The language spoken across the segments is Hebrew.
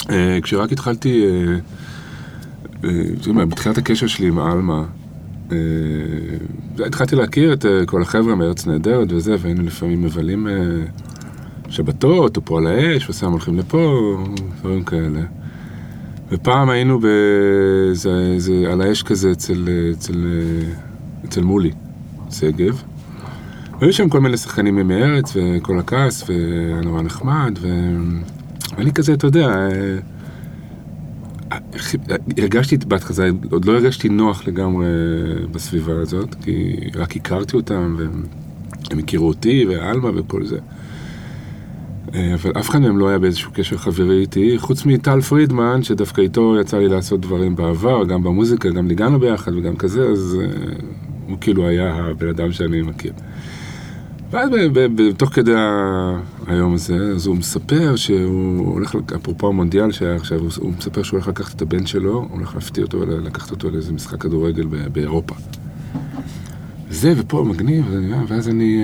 כשרק התחלתי, בתחילת הקשר שלי עם אלמה, התחלתי להכיר את כל החבר'ה מארץ נהדרת וזה, והיינו לפעמים מבלים שבתות, או פה על האש, וסתם הולכים לפה, דברים כאלה. ופעם היינו על האש כזה אצל מולי, סגב. והיו שם כל מיני שחקנים מארץ, וכל הכעס, ונורא נחמד, ואני כזה, אתה יודע, הרגשתי את בת כזה, עוד לא הרגשתי נוח לגמרי בסביבה הזאת, כי רק הכרתי אותם, והם הכירו אותי, ואלמה וכל זה. אבל אף אחד מהם לא היה באיזשהו קשר חברי איתי, חוץ מטל פרידמן, שדווקא איתו יצא לי לעשות דברים בעבר, גם במוזיקה, גם ניגענו ביחד וגם כזה, אז הוא כאילו היה הבן אדם שאני מכיר. ואז בתוך כדי היום הזה, אז הוא מספר שהוא הולך, אפרופו המונדיאל שהיה עכשיו, הוא מספר שהוא הולך לקחת את הבן שלו, הוא הולך להפתיע אותו ולקחת אותו לאיזה משחק כדורגל באירופה. זה ופה מגניב, ואז אני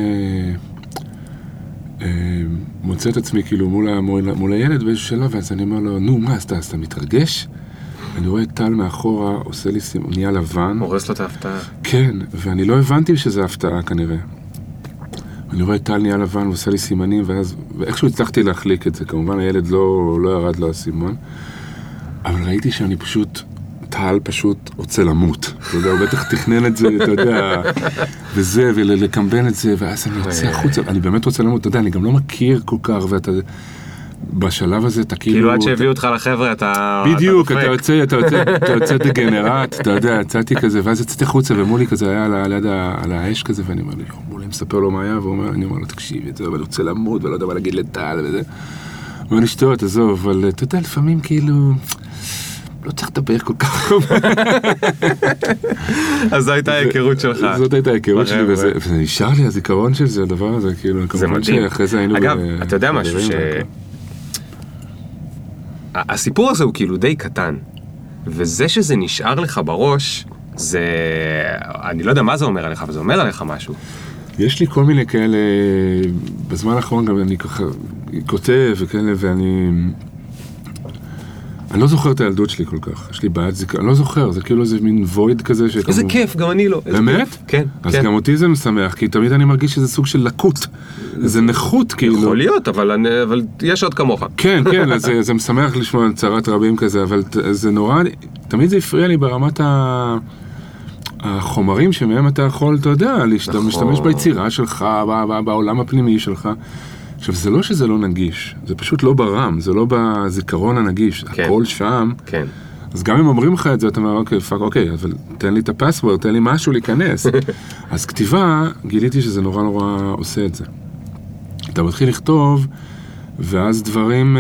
מוצא את עצמי כאילו מול הילד באיזשהו שלב, ואז אני אומר לו, נו, מה, אז אתה מתרגש? אני רואה את טל מאחורה, עושה לי נהיה לבן. הורס לו את ההפתעה. כן, ואני לא הבנתי שזה הפתעה כנראה. אני רואה את טל נהיה לבן, הוא עושה לי סימנים, ואיכשהו הצלחתי להחליק את זה. כמובן, הילד לא ירד לו הסימון. אבל ראיתי שאני טל פשוט רוצה למות. אתה יודע, הוא בטח תכנן את זה, אתה יודע, וזה, ולקמבן את זה, ואז אני יוצא החוצה. אני באמת רוצה למות, אתה יודע, אני גם לא מכיר כל כך, ואתה בשלב הזה אתה כאילו עד שהביאו אותך לחבר'ה אתה בדיוק, אתה יוצא דגנרט, אתה יודע, יצאתי כזה, ואז יצאתי חוצה, ומולי כזה היה על האש כזה, ואני אומר לי, מולי מספר לו מה היה, אני אומר לו, תקשיב, אבל רוצה למות, ולא יודע מה להגיד לטל, וזה. הוא אומר לי, שטויות, עזוב, אבל אתה יודע, לפעמים כאילו לא צריך לדבר כל כך. אז זו הייתה ההיכרות שלך. זאת הייתה ההיכרות שלי, וזה נשאר לי הזיכרון של זה, הדבר הזה, כאילו, זה מדהים. אגב, אתה יודע משהו הסיפור הזה הוא כאילו די קטן, וזה שזה נשאר לך בראש, זה... אני לא יודע מה זה אומר עליך, אבל זה אומר עליך משהו. יש לי כל מיני כאלה, בזמן האחרון גם אני ככה כותב וכאלה, אני לא זוכר את הילדות שלי כל כך, יש לי בעיית זיכרון, אני לא זוכר, זה כאילו איזה מין וויד כזה איזה כיף, גם אני לא. באמת? כן. אז גם אותי זה משמח, כי תמיד אני מרגיש שזה סוג של לקות, זה נכות כאילו. יכול להיות, אבל יש עוד כמוך. כן, זה משמח לשמוע צרת רבים כזה, אבל זה נורא, תמיד זה הפריע לי ברמת החומרים שמהם אתה יכול, אתה יודע, להשתמש ביצירה שלך, בעולם הפנימי שלך. עכשיו, זה לא שזה לא נגיש, זה פשוט לא ברם, זה לא בזיכרון הנגיש, הכל שם. כן. אז גם אם אומרים לך את זה, אתה אומר, אוקיי, אבל תן לי את הפסוורד, תן לי משהו להיכנס. אז כתיבה, גיליתי שזה נורא עושה את זה. אתה מתחיל לכתוב, ואז דברים,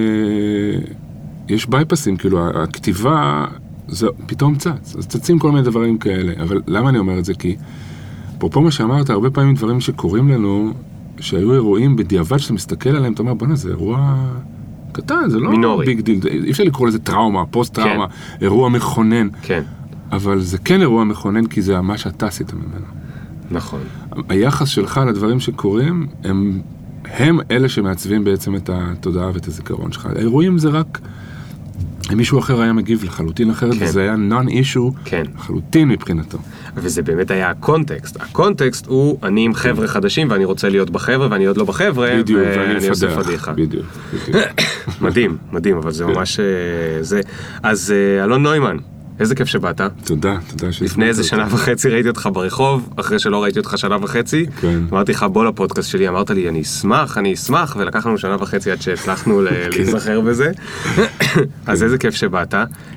יש בייפסים, כאילו, הכתיבה, זה פתאום צץ, אז צצים כל מיני דברים כאלה. אבל למה אני אומר את זה? כי, אפרופו מה שאמרת, הרבה פעמים דברים שקורים לנו, שהיו אירועים בדיעבד שאתה מסתכל עליהם, אתה אומר, בוא'נה, זה אירוע קטן, זה לא מינורי. ביג דיל, אי אפשר לקרוא לזה טראומה, פוסט-טראומה, אירוע מכונן. כן. אבל זה כן אירוע מכונן, כי זה מה שאתה עשית ממנו. נכון. היחס שלך לדברים שקורים, הם אלה שמעצבים בעצם את התודעה ואת הזיכרון שלך. האירועים זה רק, אם מישהו אחר היה מגיב לחלוטין אחרת, וזה היה non-issue לחלוטין מבחינתו. וזה באמת היה הקונטקסט. הקונטקסט הוא, אני עם חבר'ה חדשים, ואני רוצה להיות בחבר'ה, ואני עוד לא בחבר'ה, ואני עושה פדיחה. בדיוק. מדהים, מדהים, אבל זה ממש זה. אז אלון נוימן, איזה כיף שבאת. תודה. לפני איזה שנה וחצי ראיתי אותך ברחוב, אחרי שלא ראיתי אותך שנה וחצי, אמרתי לך בוא לפודקאסט שלי, אמרת לי אני אשמח, ולקח לנו שנה וחצי עד שהצלחנו להיזכר בזה. אז איזה כיף שבאת.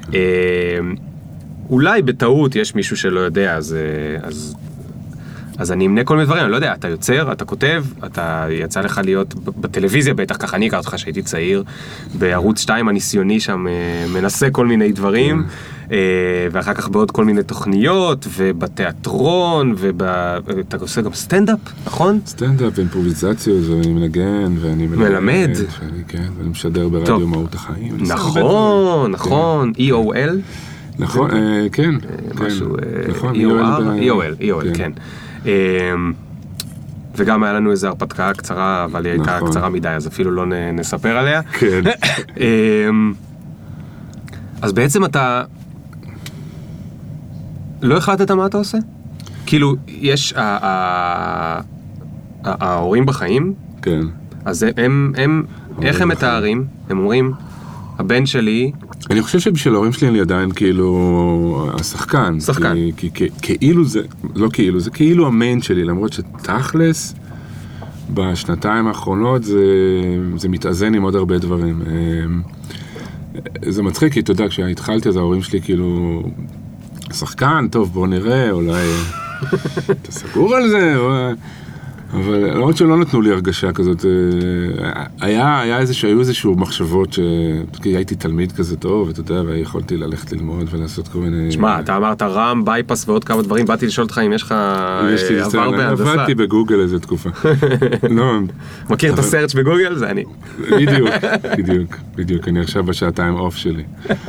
אולי בטעות יש מישהו שלא יודע, אז אני אמנה כל מיני דברים, אני לא יודע, אתה יוצר, אתה כותב, אתה יצא לך להיות בטלוויזיה, בטח ככה אני הכרתי אותך שהייתי צעיר, בערוץ 2 הניסיוני שם מנסה כל מיני דברים, ואחר כך בעוד כל מיני תוכניות, ובתיאטרון, ואתה עושה גם סטנדאפ, נכון? סטנדאפ ואימפרוביזציות, ואני מנגן, ואני מלמד. ואני משדר ברדיו מהות החיים. נכון, EOL. נכון, כן. משהו, נכון, EOL, כן. וגם היה לנו איזו הרפתקה קצרה, אבל היא הייתה קצרה מדי, אז אפילו לא נספר עליה. כן. אז בעצם אתה לא החלטת מה אתה עושה? כאילו, יש ההורים בחיים, כן. אז הם איך הם מתארים? הם אומרים, הבן שלי... אני חושב שבשביל ההורים שלי אני עדיין כאילו השחקן. שחקן. כי כאילו זה, לא כאילו, זה כאילו המיין שלי, למרות שתכלס, בשנתיים האחרונות זה מתאזן עם עוד הרבה דברים. זה מצחיק, כי אתה יודע, כשהתחלתי אז ההורים שלי כאילו, שחקן, טוב בוא נראה, אולי אתה סגור על זה, אבל למרות שלא נתנו לי הרגשה כזאת, היו איזשהו מחשבות כי הייתי תלמיד כזה טוב, ואתה יודע, ויכולתי ללכת ללמוד ולעשות כל מיני... שמע, אתה אמרת רם, בייפס ועוד כמה דברים, באתי לשאול אותך אם יש לך עבר בהנדסה. עבדתי בגוגל איזה תקופה. מכיר את הסרצ' בגוגל? זה אני. בדיוק, אני עכשיו בשעתיים אוף שלי.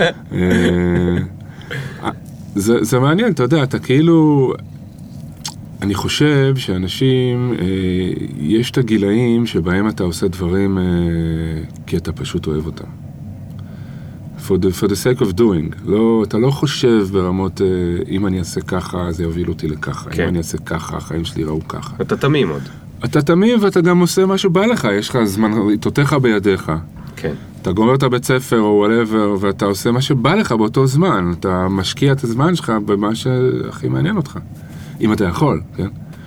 זה מעניין, אתה יודע, אתה כאילו... אני חושב שאנשים, יש את הגילאים שבהם אתה עושה דברים כי אתה פשוט אוהב אותם. For the sake of doing. לא, אתה לא חושב ברמות, אם אני אעשה ככה, זה יוביל אותי לככה. כן. אם אני אעשה ככה, החיים שלי ראו ככה. אתה תמים עוד. אתה תמים ואתה גם עושה משהו בא לך, יש לך זמן, עיתותיך בידיך. כן. אתה גומר את הבית ספר או whatever, ואתה עושה מה שבא לך באותו זמן. אתה משקיע את הזמן שלך במה שהכי מעניין אותך. אם אתה יכול, כן?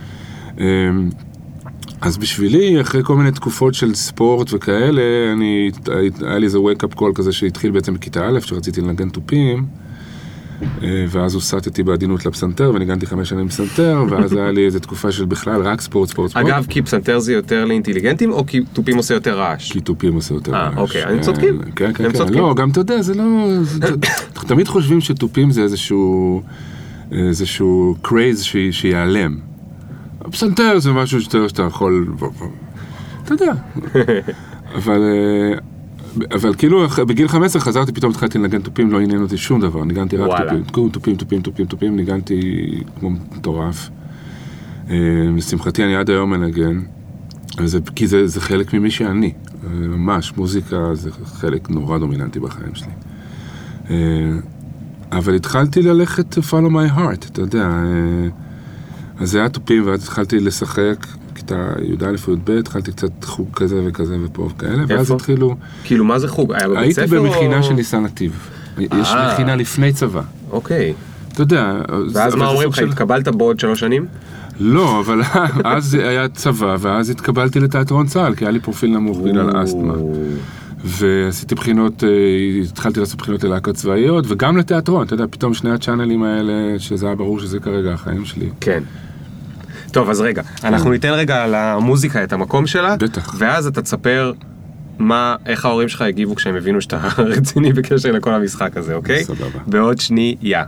אז בשבילי, אחרי כל מיני תקופות של ספורט וכאלה, היה לי איזה wake-up call כזה שהתחיל בעצם בכיתה א', שרציתי לנגן תופים, ואז הוסטתי בעדינות לפסנתר, וניגנתי 5 שנים פסנתר, ואז היה לי איזו תקופה של בכלל רק ספורט. אגב, כי פסנתר זה יותר לאינטליגנטים, או כי תופים עושה יותר רעש? כי תופים עושה יותר רעש. אוקיי, הם צודקים. כן. לא, גם אתה יודע, זה לא... תמיד חושבים שתופים זה איזשהו קרייז שיעלם. הפסנתר זה משהו שאתה יכול... אתה יודע. אבל כאילו בגיל 15 חזרתי, פתאום התחלתי לנגן תופים, לא עניין אותי שום דבר. ניגנתי רק תופים, ניגנתי כמו מטורף. לשמחתי אני עד היום מנגן, כי זה חלק ממי שאני. ממש, מוזיקה זה חלק נורא דומיננטי בחיים שלי. אבל התחלתי ללכת follow my heart, אתה יודע. אז זה היה תופים, ואז התחלתי לשחק, כיתה י"א וי"ב, התחלתי קצת חוג כזה וכזה ופה וכאלה, ואז התחילו... כאילו, מה זה חוג? היה בבית ספר או... הייתי במכינה של ניסן נתיב. יש מכינה לפני צבא. אוקיי. אתה יודע... ואז מה אומרים לך, התקבלת בעוד 3 שנים? לא, אבל אז היה צבא, ואז התקבלתי לתיאטרון צה"ל, כי היה לי פרופיל נמוך בגלל אסתמה. ועשיתי בחינות, התחלתי לעשות בחינות ללהקות צבאיות, וגם לתיאטרון, אתה יודע, פתאום שני הצ'אנלים האלה, שזה היה ברור שזה כרגע החיים שלי. כן. טוב, אז רגע, אנחנו ניתן רגע למוזיקה את המקום שלה, בטח. ואז אתה תספר איך ההורים שלך הגיבו כשהם הבינו שאתה רציני בקשר לכל המשחק הזה, אוקיי? סבבה. בעוד שנייה.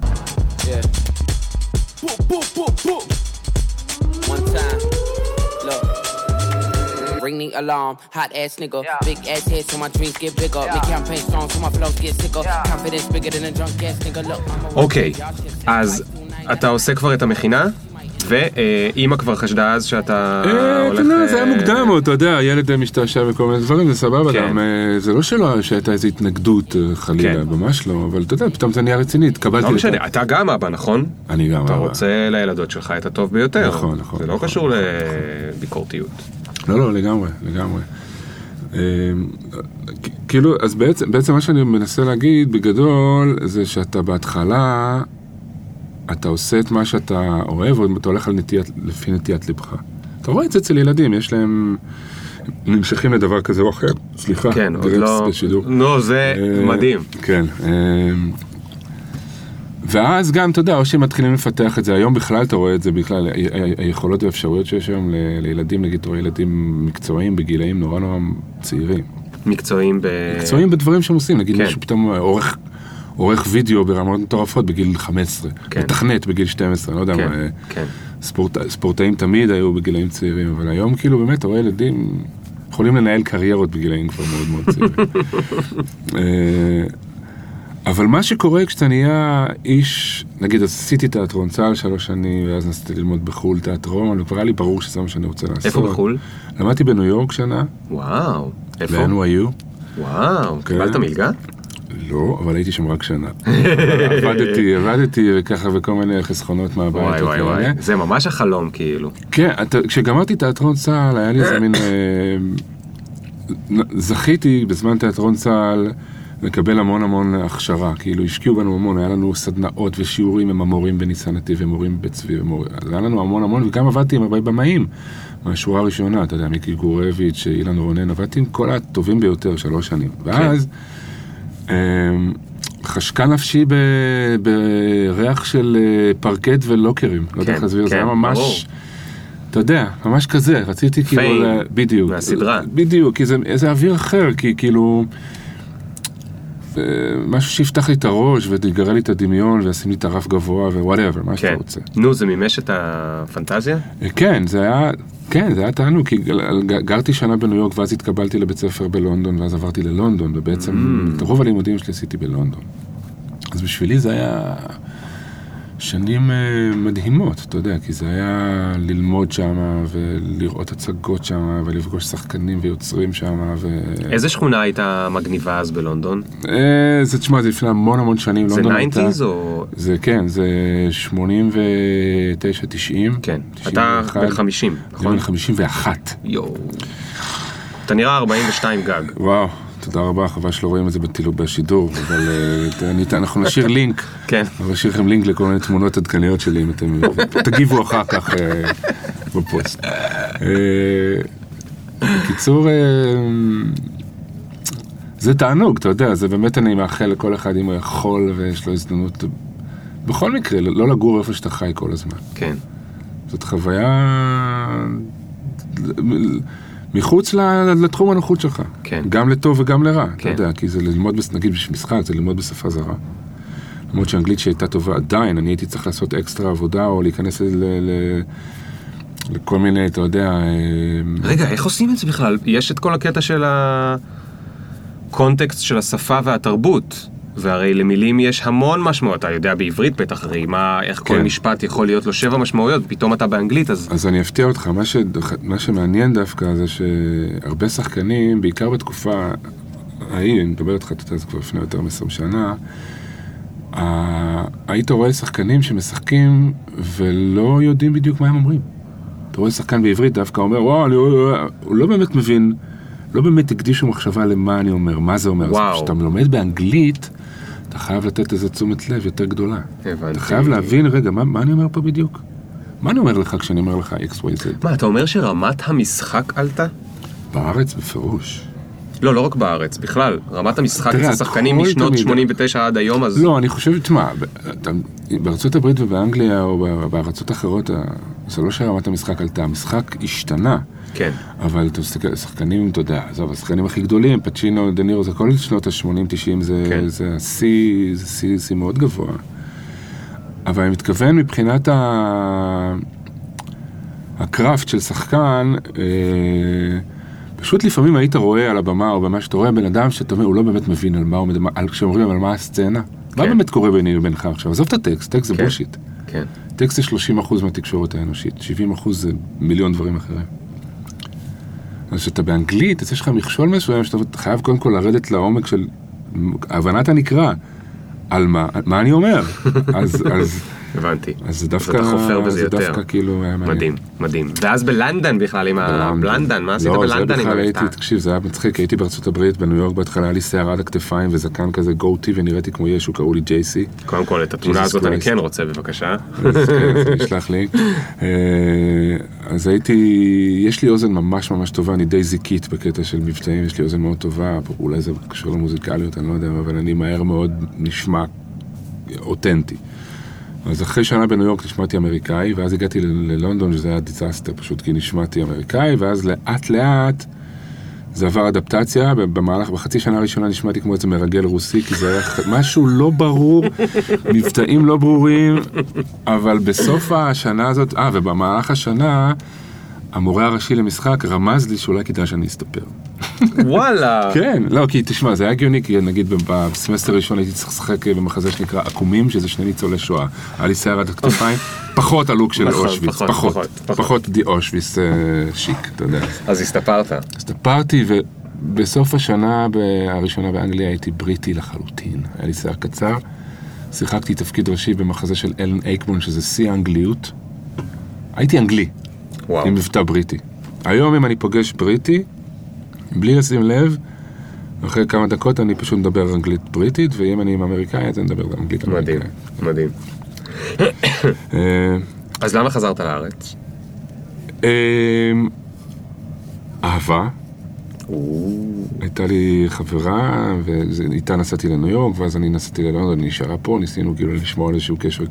Ring the alarm, hot ass nigga, big ass head so my dreams get bigger, make campaign strong so my flows get sicker, confidence bigger than a drunk ass nigga, look. אוקיי, אז אתה עושה כבר את המכינה, ואמא כבר חשדה אז שאתה הולך... זה היה מוקדם, אתה יודע, ילד משתעשע וכל מיני דברים, זה סבבה גם, זה לא שלא שהייתה איזו התנגדות חלילה, ממש לא, אבל אתה יודע, פתאום זה נהיה רציני, התקבלתי... לא משנה, אתה גם אבא, נכון? אני גם אבא. אתה רוצה לילדות שלך את הטוב ביותר. נכון. זה לא קשור לביקורתיות. לא, לגמרי. כאילו, אז בעצם מה שאני מנסה להגיד בגדול, זה שאתה בהתחלה, אתה עושה את מה שאתה אוהב, או אתה הולך לפי נטיית לבך. אתה רואה את זה אצל ילדים, יש להם, נמשכים לדבר כזה או אחר, סליחה. כן, עוד לא, לא, זה מדהים. כן, ואז גם, אתה יודע, או שהם מתחילים לפתח את זה, היום בכלל אתה רואה את זה, בכלל, היכולות והאפשרויות שיש היום לילדים, נגיד, אתה רואה ילדים מקצועיים בגילאים נורא צעירים. מקצועיים בדברים שהם עושים, נגיד מישהו פתאום עורך וידאו ברמות מטורפות בגיל 15, מתכנת בגיל 12, אני לא יודע מה, ספורטאים תמיד היו בגילאים צעירים, אבל היום כאילו באמת, אתה רואה ילדים יכולים לנהל קריירות בגילאים כבר מאוד מאוד צעירים. אבל מה שקורה כשאתה נהיה איש, נגיד, עשיתי תיאטרון צה"ל 3 שנים, ואז נסעתי ללמוד בחול תיאטרון, וכבר היה לי ברור שזה מה שאני רוצה לעשות. איפה בחול? למדתי בניו יורק שנה. וואו. איפה? ב-NYU. וואו, קיבלת מלגה? לא, אבל הייתי שם רק שנה. עבדתי וככה וכל מיני חסכונות מהבית. וואי, זה ממש החלום כאילו. כן, כשגמרתי תיאטרון צהל, היה לי איזה מין... זכיתי בזמן תיאטרון צהל לקבל המון הכשרה, כאילו השקיעו בנו המון, היה לנו סדנאות ושיעורים עם המורים בניסן נתיב ומורים בצבי ומורים, אז היה לנו המון, וגם עבדתי עם הרבה במאים, מהשורה הראשונה, אתה יודע, מיקי גורביץ', אילן רונן, עבדתי עם כל הטובים ביותר 3 שנים, ואז חשקה נפשי בריח של פרקט ולוקרים, לא יודע איך להסביר, זה היה ממש... אתה יודע, ממש כזה, רציתי כאילו... בדיוק. מהסדרה. בדיוק, כי זה איזה אוויר אחר, כי כאילו... משהו שיפתח לי את הראש ויגרה לי את הדמיון וישים לי את הרף גבוה ווואטאבר, מה שאתה רוצה. נו, זה מימש את הפנטזיה? כן, זה היה תענוג, כי גרתי שנה בניו יורק ואז התקבלתי לבית ספר בלונדון ואז עברתי ללונדון, ובעצם את רוב הלימודים שלי עשיתי בלונדון. אז בשבילי זה היה... שנים מדהימות, אתה יודע, כי זה היה ללמוד שם ולראות הצגות שם ולפגוש שחקנים ויוצרים שם. איזה שכונה הייתה מגניבה אז בלונדון? זה תשמע, זה לפני המון שנים. זה 90s או? זה כן, זה 89, 90. כן, אתה בן 50, נכון? בן 51. יואו. אתה נראה 42 גג. וואו. תודה רבה, חבל שלא רואים את זה בשידור, אבל אנחנו נשאיר לינק, נשאיר לכם לינק לכל מיני תמונות עדכניות שלי, אם אתם תגיבו אחר כך בפוסט. בקיצור, זה תענוג, אתה יודע, זה באמת אני מאחל לכל אחד אם הוא יכול ויש לו הזדמנות, בכל מקרה, לא לגור איפה שאתה חי כל הזמן. כן. זאת חוויה... מחוץ לתחום הנוחות שלך. כן. גם לטוב וגם לרע. כן. אתה יודע, כי זה ללמוד, נגיד משחק, זה ללמוד בשפה זרה. למרות שאנגלית שהייתה טובה עדיין, אני הייתי צריך לעשות אקסטרה עבודה, או להיכנס לכל מיני, אתה יודע... רגע, איך עושים את זה בכלל? יש את כל הקטע של הקונטקסט של השפה והתרבות. והרי למילים יש המון משמעות, אתה יודע בעברית בטח, הרי איך כל משפט יכול להיות לו 7 משמעויות, פתאום אתה באנגלית, אז אני אפתיע אותך, מה שמעניין דווקא זה שהרבה שחקנים, בעיקר בתקופה ההיא, אני מדבר איתך, אתה יודע, זה כבר לפני יותר מ-20 שנה, היית רואה שחקנים שמשחקים ולא יודעים בדיוק מה הם אומרים. אתה רואה שחקן בעברית דווקא אומר, וואו, הוא לא באמת מבין, לא באמת הקדישו מחשבה למה אני אומר, מה זה אומר. אז כשאתה לומד באנגלית, אתה חייב לתת איזו תשומת לב יותר גדולה. אתה חייב להבין, רגע, מה אני אומר פה בדיוק? מה אני אומר לך כשאני אומר לך XYZ? מה, אתה אומר שרמת המשחק עלתה? בארץ בפירוש. לא רק בארץ, בכלל. רמת המשחק אצל שחקנים משנות 89 עד היום, אז... לא, אני חושב, תשמע, בארצות הברית ובאנגליה או בארצות אחרות, זה לא שרמת המשחק עלתה, המשחק השתנה. כן. אבל אתה מסתכל, שחקנים, אתה יודע, השחקנים הכי גדולים, פצ'ינו, דנירו, זה כל שנות ה-80-90, זה שיא מאוד גבוה. אבל אני מתכוון מבחינת הקראפט של שחקן, פשוט לפעמים היית רואה על הבמה או במה שאתה רואה בן אדם שאתה אומר, הוא לא באמת מבין על מה הוא מדבר, כשאומרים על מה הסצנה. מה באמת קורה ביני ובינך עכשיו? עזוב את הטקסט, טקסט זה בושיט. כן. טקסט זה 30% מהתקשורת האנושית, 70% זה מיליון דברים אחרים. אז שאתה באנגלית, אז יש לך מכשול מסוים, שאתה חייב קודם כל לרדת לעומק של הבנת הנקרא, על מה אני אומר. אז הבנתי. אז זה דווקא, זה דווקא כאילו... מדהים, מדהים. ואז בלנדן בכלל, עם הבלנדן, מה עשית בלנדן? לא, זה בכלל הייתי, תקשיב, זה היה מצחיק, הייתי בארצות הברית, בניו יורק, בהתחלה היה לי שיער עד הכתפיים וזקן כזה גוטי, ונראיתי כמו ישו, קראו לי ג'ייסי. קודם כל, את התמונה הזאת אני כן רוצה, בבקשה. אז כן, אז נשלח לי. אז יש לי אוזן ממש ממש טובה, אני די זיקית בקטע של מבטאים, יש לי אוזן מאוד טובה, אולי זה קשור למוזיקליות, אני לא יודע, אבל אני מהר מאוד נשמע אותנטי. אז אחרי שנה בניו יורק נשמעתי אמריקאי, ואז הגעתי ללונדון, שזה היה דיזסטר, פשוט כי נשמעתי אמריקאי, ואז לאט לאט זה עבר אדפטציה, בחצי שנה הראשונה נשמעתי כמו איזה מרגל רוסי, כי זה היה משהו לא ברור, מבטאים לא ברורים, אבל בסוף השנה הזאת, ובמהלך השנה, המורה הראשי למשחק רמז לי שאולי כדאי שאני אסתפר. וואלה. כן, לא, כי תשמע, זה היה הגיוני, כי נגיד בסמסטר הראשון הייתי צריך לשחק במחזה שנקרא עקומים, שזה 2 ניצולי שואה. היה לי שיער עד הכתפיים, פחות הלוק של אושוויץ, פחות די אושוויץ שיק, אתה יודע. אז הסתפרת. הסתפרתי, בסוף השנה הראשונה באנגליה הייתי בריטי לחלוטין. היה לי שיער קצר. שיחקתי תפקיד ראשי במחזה של אלן אייקבון, שזה שיא האנגליות. הייתי אנגלי. וואו. עם מבטא בריטי. היום אם אני פוגש בריטי, בלי לשים לב, אחרי כמה דקות אני פשוט מדבר אנגלית בריטית, ואם אני עם אמריקאי, אז אני מדבר אנגלית אמריקאי. מדהים, מדהים. אז למה חזרת לארץ? אהבה. הייתה לי חברה, ואיתה נסעתי לניו יורק, ואז אני נסעתי ללונדון, אני נשארה פה, ניסינו כאילו לשמוע על איזשהו קשר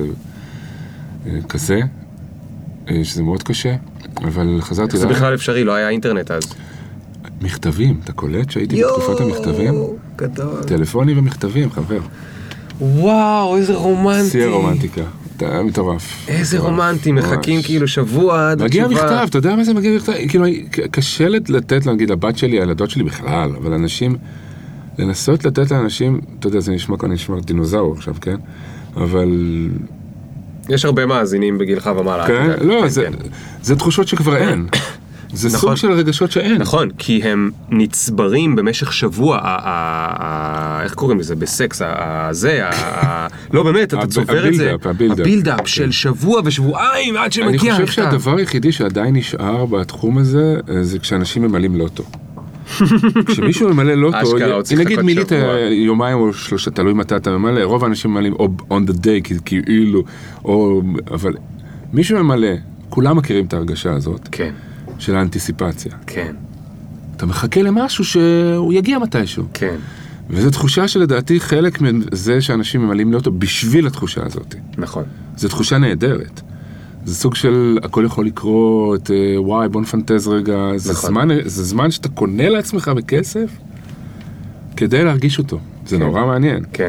כזה, שזה מאוד קשה, אבל חזרתי... זה בכלל אפשרי, לא היה אינטרנט אז. מכתבים, אתה קולט שהייתי בתקופת המכתבים? גדול. טלפונים ומכתבים, חבר. וואו, איזה רומנטי. שיא הרומנטיקה. אתה מטורף. איזה רומנטי, מחכים כאילו שבוע עד מגיע התשובה. מכתב, אתה יודע מה זה מגיע מכתב? כאילו, קשה לתת, נגיד, לבת שלי, הילדות שלי בכלל, אבל אנשים, לנסות לתת לאנשים, אתה יודע, זה נשמע דינוזאור עכשיו, כן? אבל... יש הרבה מאזינים בגילך ומעלה. כן? לא, זה תחושות שכבר אין. זה סוג של רגשות שאין. נכון, כי הם נצברים במשך שבוע, איך קוראים לזה? בסקס, לא באמת, אתה צובר את זה. הבילדאפ של שבוע ושבועיים עד שמגיע. אני חושב שהדבר היחידי שעדיין נשאר בתחום הזה, זה כשאנשים ממלאים לוטו. כשמישהו ממלא לוטו, נגיד מילית יומיים או שלושה, תלוי מתי אתה ממלא, רוב האנשים ממלאים או on the day, כאילו, אבל מישהו ממלא, כולם מכירים את ההרגשה הזאת. כן. של האנטיסיפציה. כן. אתה מחכה למשהו שהוא יגיע מתישהו. כן. וזו תחושה שלדעתי חלק מזה שאנשים ממלאים לאותו בשביל התחושה הזאת. נכון. זו תחושה נהדרת. זה סוג של הכל יכול לקרות, וואי, בוא נפנטז רגע. נכון. זה זמן שאתה קונה לעצמך בכסף כדי להרגיש אותו. זה כן. נורא מעניין. כן.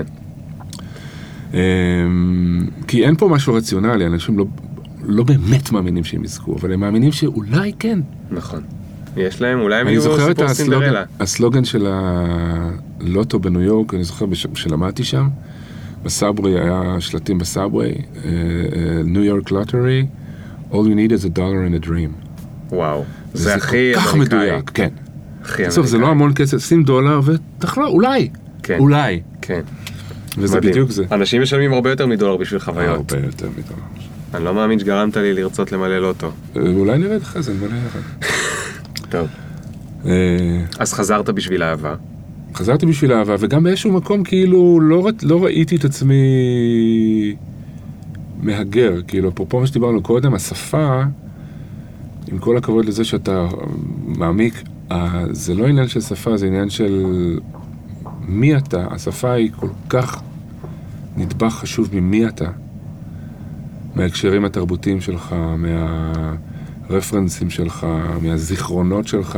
כי אין פה משהו רציונלי, אנשים לא באמת מאמינים שהם יזכו, אבל הם מאמינים שאולי כן. נכון. יש להם, אולי הם יהיו סיפור סינדרלה. אני זוכר את הסלוגן של הלוטו בניו יורק, אני זוכר שלמדתי שם, בסאבווי היה שלטים בסאבווי, New York Lottery, all you need is $1 in a dream. וואו. זה הכי כל כך מדויק, כן. הכי אמריקאי. בסוף זה לא המון כסף, שים דולר ותחלוא, אולי. כן. אולי. כן. וזה בדיוק זה. אנשים משלמים הרבה יותר מדולר בשביל חוויות. הרבה יותר מדולר. אני לא מאמין שגרמת לי לרצות למלא לוטו. אולי נראה לך, זה נמלא לך. טוב. אז חזרת בשביל אהבה. חזרתי בשביל אהבה, וגם באיזשהו מקום כאילו לא ראיתי את עצמי מהגר. כאילו, אפרופו מה שדיברנו קודם, השפה, עם כל הכבוד לזה שאתה מעמיק, זה לא עניין של שפה, זה עניין של מי אתה. השפה היא כל כך נדבך חשוב ממי אתה. מההקשרים התרבותיים שלך, מהרפרנסים שלך, מהזיכרונות שלך.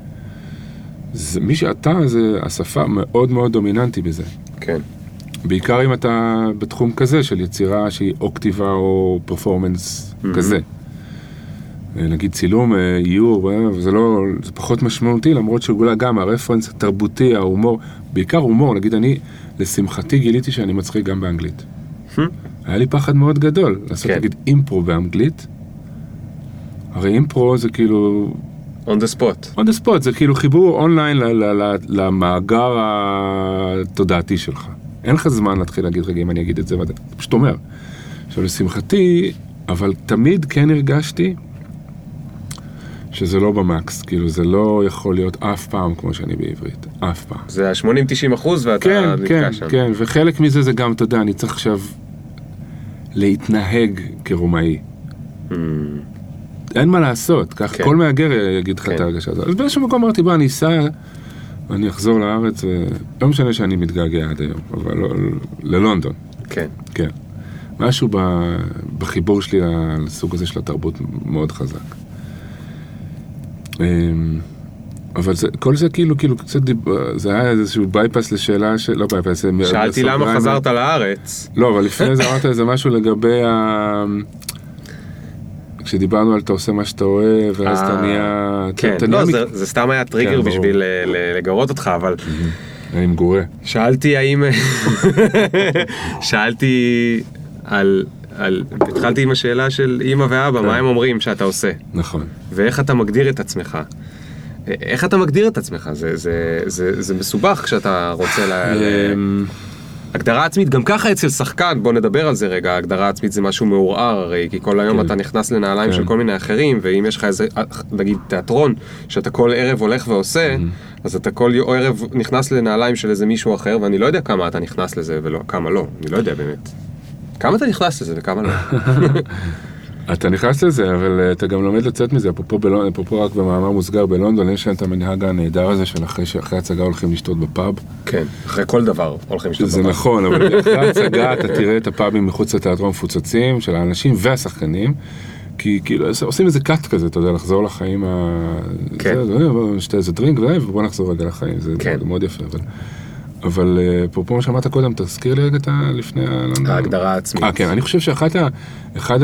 מי שאתה, השפה מאוד מאוד דומיננטי בזה. כן. בעיקר אם אתה בתחום כזה של יצירה שהיא או כתיבה או פרפורמנס כזה. נגיד צילום, איור, זה פחות משמעותי, למרות שאולי גם הרפרנס התרבותי, ההומור, בעיקר הומור, נגיד אני, לשמחתי גיליתי שאני מצחיק גם באנגלית. היה לי פחד מאוד גדול, לעשות נגיד אימפרו באנגלית. הרי אימפרו זה כאילו... on the spot. on the spot, זה כאילו חיבור אונליין למאגר התודעתי שלך. אין לך זמן להתחיל להגיד רגע אם אני אגיד את זה, ואתה פשוט אומר. עכשיו לשמחתי, אבל תמיד כן הרגשתי שזה לא במקס, כאילו זה לא יכול להיות אף פעם כמו שאני בעברית, אף פעם. זה ה-80-90% ואתה נתקע שם. כן, וחלק מזה זה גם, אתה יודע, אני צריך עכשיו להתנהג כרומאי. אין מה לעשות, כך כל מהגר יגיד לך את ההרגשה הזאת. אז באיזשהו מקום אמרתי, בוא, אני אסע, אני אחזור לארץ, לא משנה שאני מתגעגע עד היום, אבל ללונדון. כן. כן. משהו בחיבור שלי לסוג הזה של התרבות מאוד חזק. אבל כל זה כאילו קצת, זה היה איזשהו בייפס לשאלה לא בייפס. שאלתי למה חזרת לארץ. לא, אבל לפני זה אמרת איזה משהו לגבי כשדיברנו על אתה עושה מה שאתה אוהב, ואז אתה נהיה... כן, לא, זה סתם היה טריגר בשביל לגרות אותך, אבל... אני מגורה. שאלתי האם... שאלתי התחלתי עם השאלה של אמא ואבא, מה הם אומרים שאתה עושה? נכון. ואיך אתה מגדיר את עצמך? איך אתה מגדיר את עצמך? זה מסובך כשאתה רוצה הגדרה עצמית, גם ככה אצל שחקן, בוא נדבר על זה רגע, הגדרה עצמית זה משהו מעורער, הרי, כי כל היום אתה נכנס לנעליים של כל מיני אחרים, ואם יש לך איזה, נגיד, תיאטרון, שאתה כל ערב הולך ועושה, אז אתה כל ערב נכנס לנעליים של איזה מישהו אחר, ואני לא יודע כמה אתה נכנס לזה, וכמה לא, אני לא יודע באמת. כמה אתה נכנס לזה וכמה לא? אתה נכנס לזה, אבל אתה גם לומד לצאת מזה, אפרופו רק במאמר מוסגר בלונדון, יש להם את המנהג הנהדר הזה של אחרי הצגה הולכים לשתות בפאב. כן, אחרי כל דבר הולכים לשתות בפאב. זה נכון, אבל אחרי הצגה אתה תראה את הפאבים מחוץ לתיאטרון מפוצצים של האנשים והשחקנים, כי כאילו עושים איזה קאט כזה, אתה יודע, לחזור לחיים נשתה איזה דרינק ובוא נחזור רגע לחיים, זה מאוד יפה, אבל פה מה שאמרת קודם, תזכיר לי רגע לפני ההגדרה העצמית. כן, אני חושב שאחד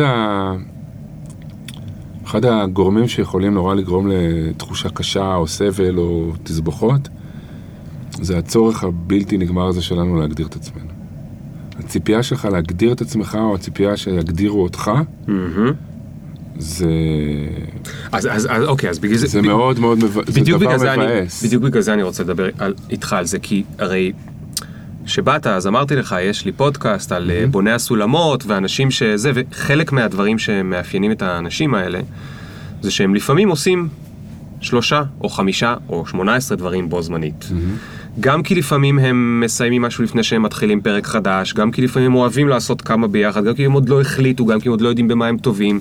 הגורמים שיכולים נורא לגרום לתחושה קשה או סבל או תסבוכות, זה הצורך הבלתי נגמר הזה שלנו להגדיר את עצמנו. הציפייה שלך להגדיר את עצמך, או הציפייה שיגדירו אותך, זה... אז אוקיי, אז בגלל זה... זה מאוד מאוד זה דבר מבאס. בדיוק בגלל זה אני רוצה לדבר איתך על זה, כי הרי שבאת, אז אמרתי לך, יש לי פודקאסט על בוני הסולמות, ואנשים שזה, וחלק מהדברים שמאפיינים את האנשים האלה, זה שהם לפעמים עושים 3 או 5 או 18 דברים בו זמנית. גם כי לפעמים הם מסיימים משהו לפני שהם מתחילים פרק חדש, גם כי לפעמים הם אוהבים לעשות כמה ביחד, גם כי הם עוד לא החליטו, גם כי הם עוד לא יודעים במה הם טובים.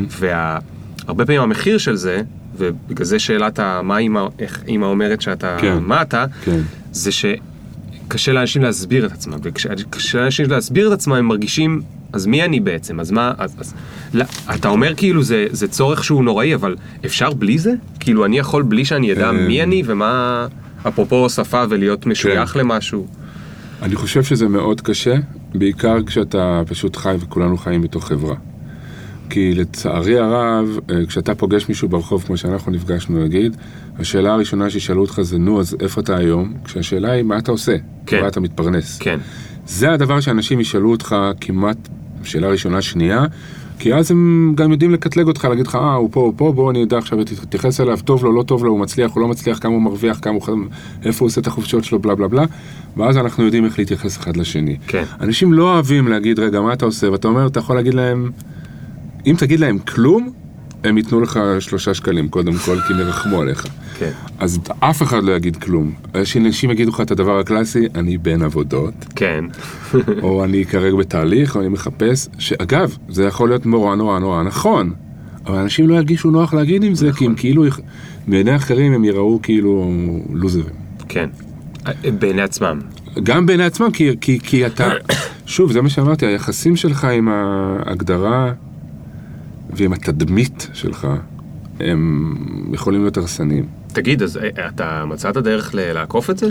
והרבה פעמים המחיר של זה, ובגלל זה שאלת מה אמא אומרת שאתה, מה אתה, זה שקשה לאנשים להסביר את עצמם, וכשקשה לאנשים להסביר את עצמם, הם מרגישים, אז מי אני בעצם? אז מה, אתה אומר כאילו זה צורך שהוא נוראי, אבל אפשר בלי זה? כאילו אני יכול בלי שאני אדע מי אני ומה... אפרופו שפה ולהיות משוייך למשהו. אני חושב שזה מאוד קשה, בעיקר כשאתה פשוט חי וכולנו חיים בתוך חברה. כי לצערי הרב, כשאתה פוגש מישהו ברחוב כמו שאנחנו נפגשנו להגיד, השאלה הראשונה שישאלו אותך זה, נו, אז איפה אתה היום? כשהשאלה היא, מה אתה עושה? כן. מה אתה מתפרנס? כן. זה הדבר שאנשים ישאלו אותך כמעט, שאלה ראשונה שנייה, כי אז הם גם יודעים לקטלג אותך, להגיד לך, הוא פה, בוא אני יודע עכשיו, תתייחס אליו, טוב לו, לא טוב לו, הוא מצליח, הוא לא מצליח, כמה הוא מרוויח, איפה הוא עושה את החופשות שלו, בלה בלה בלה, ואז אנחנו יודעים איך להתייחס אחד לשני. כן. אנשים לא אוהבים להגיד, רגע, מה אתה עושה? ואתה אומר, אתה יכול להגיד להם, אם תגיד להם כלום, הם ייתנו לך 3 שקלים, קודם כל, כי נרחמו עליך. כן. אז אף אחד לא יגיד כלום. אנשים יגידו לך את הדבר הקלאסי, אני בין עבודות. כן. או אני כרגע בתהליך, או אני מחפש, שאגב, זה יכול להיות נורא נכון, אבל אנשים לא ירגישו נוח להגיד עם זה, כי הם כאילו, בעיני אחרים הם יראו כאילו לוזרים. כן. בעיני עצמם. גם בעיני עצמם, כי אתה, שוב, זה מה שאמרתי, היחסים שלך עם ההגדרה, ועם התדמית שלך, הם יכולים להיות הרסניים. תגיד, אז אתה מצאת דרך לעקוף את זה?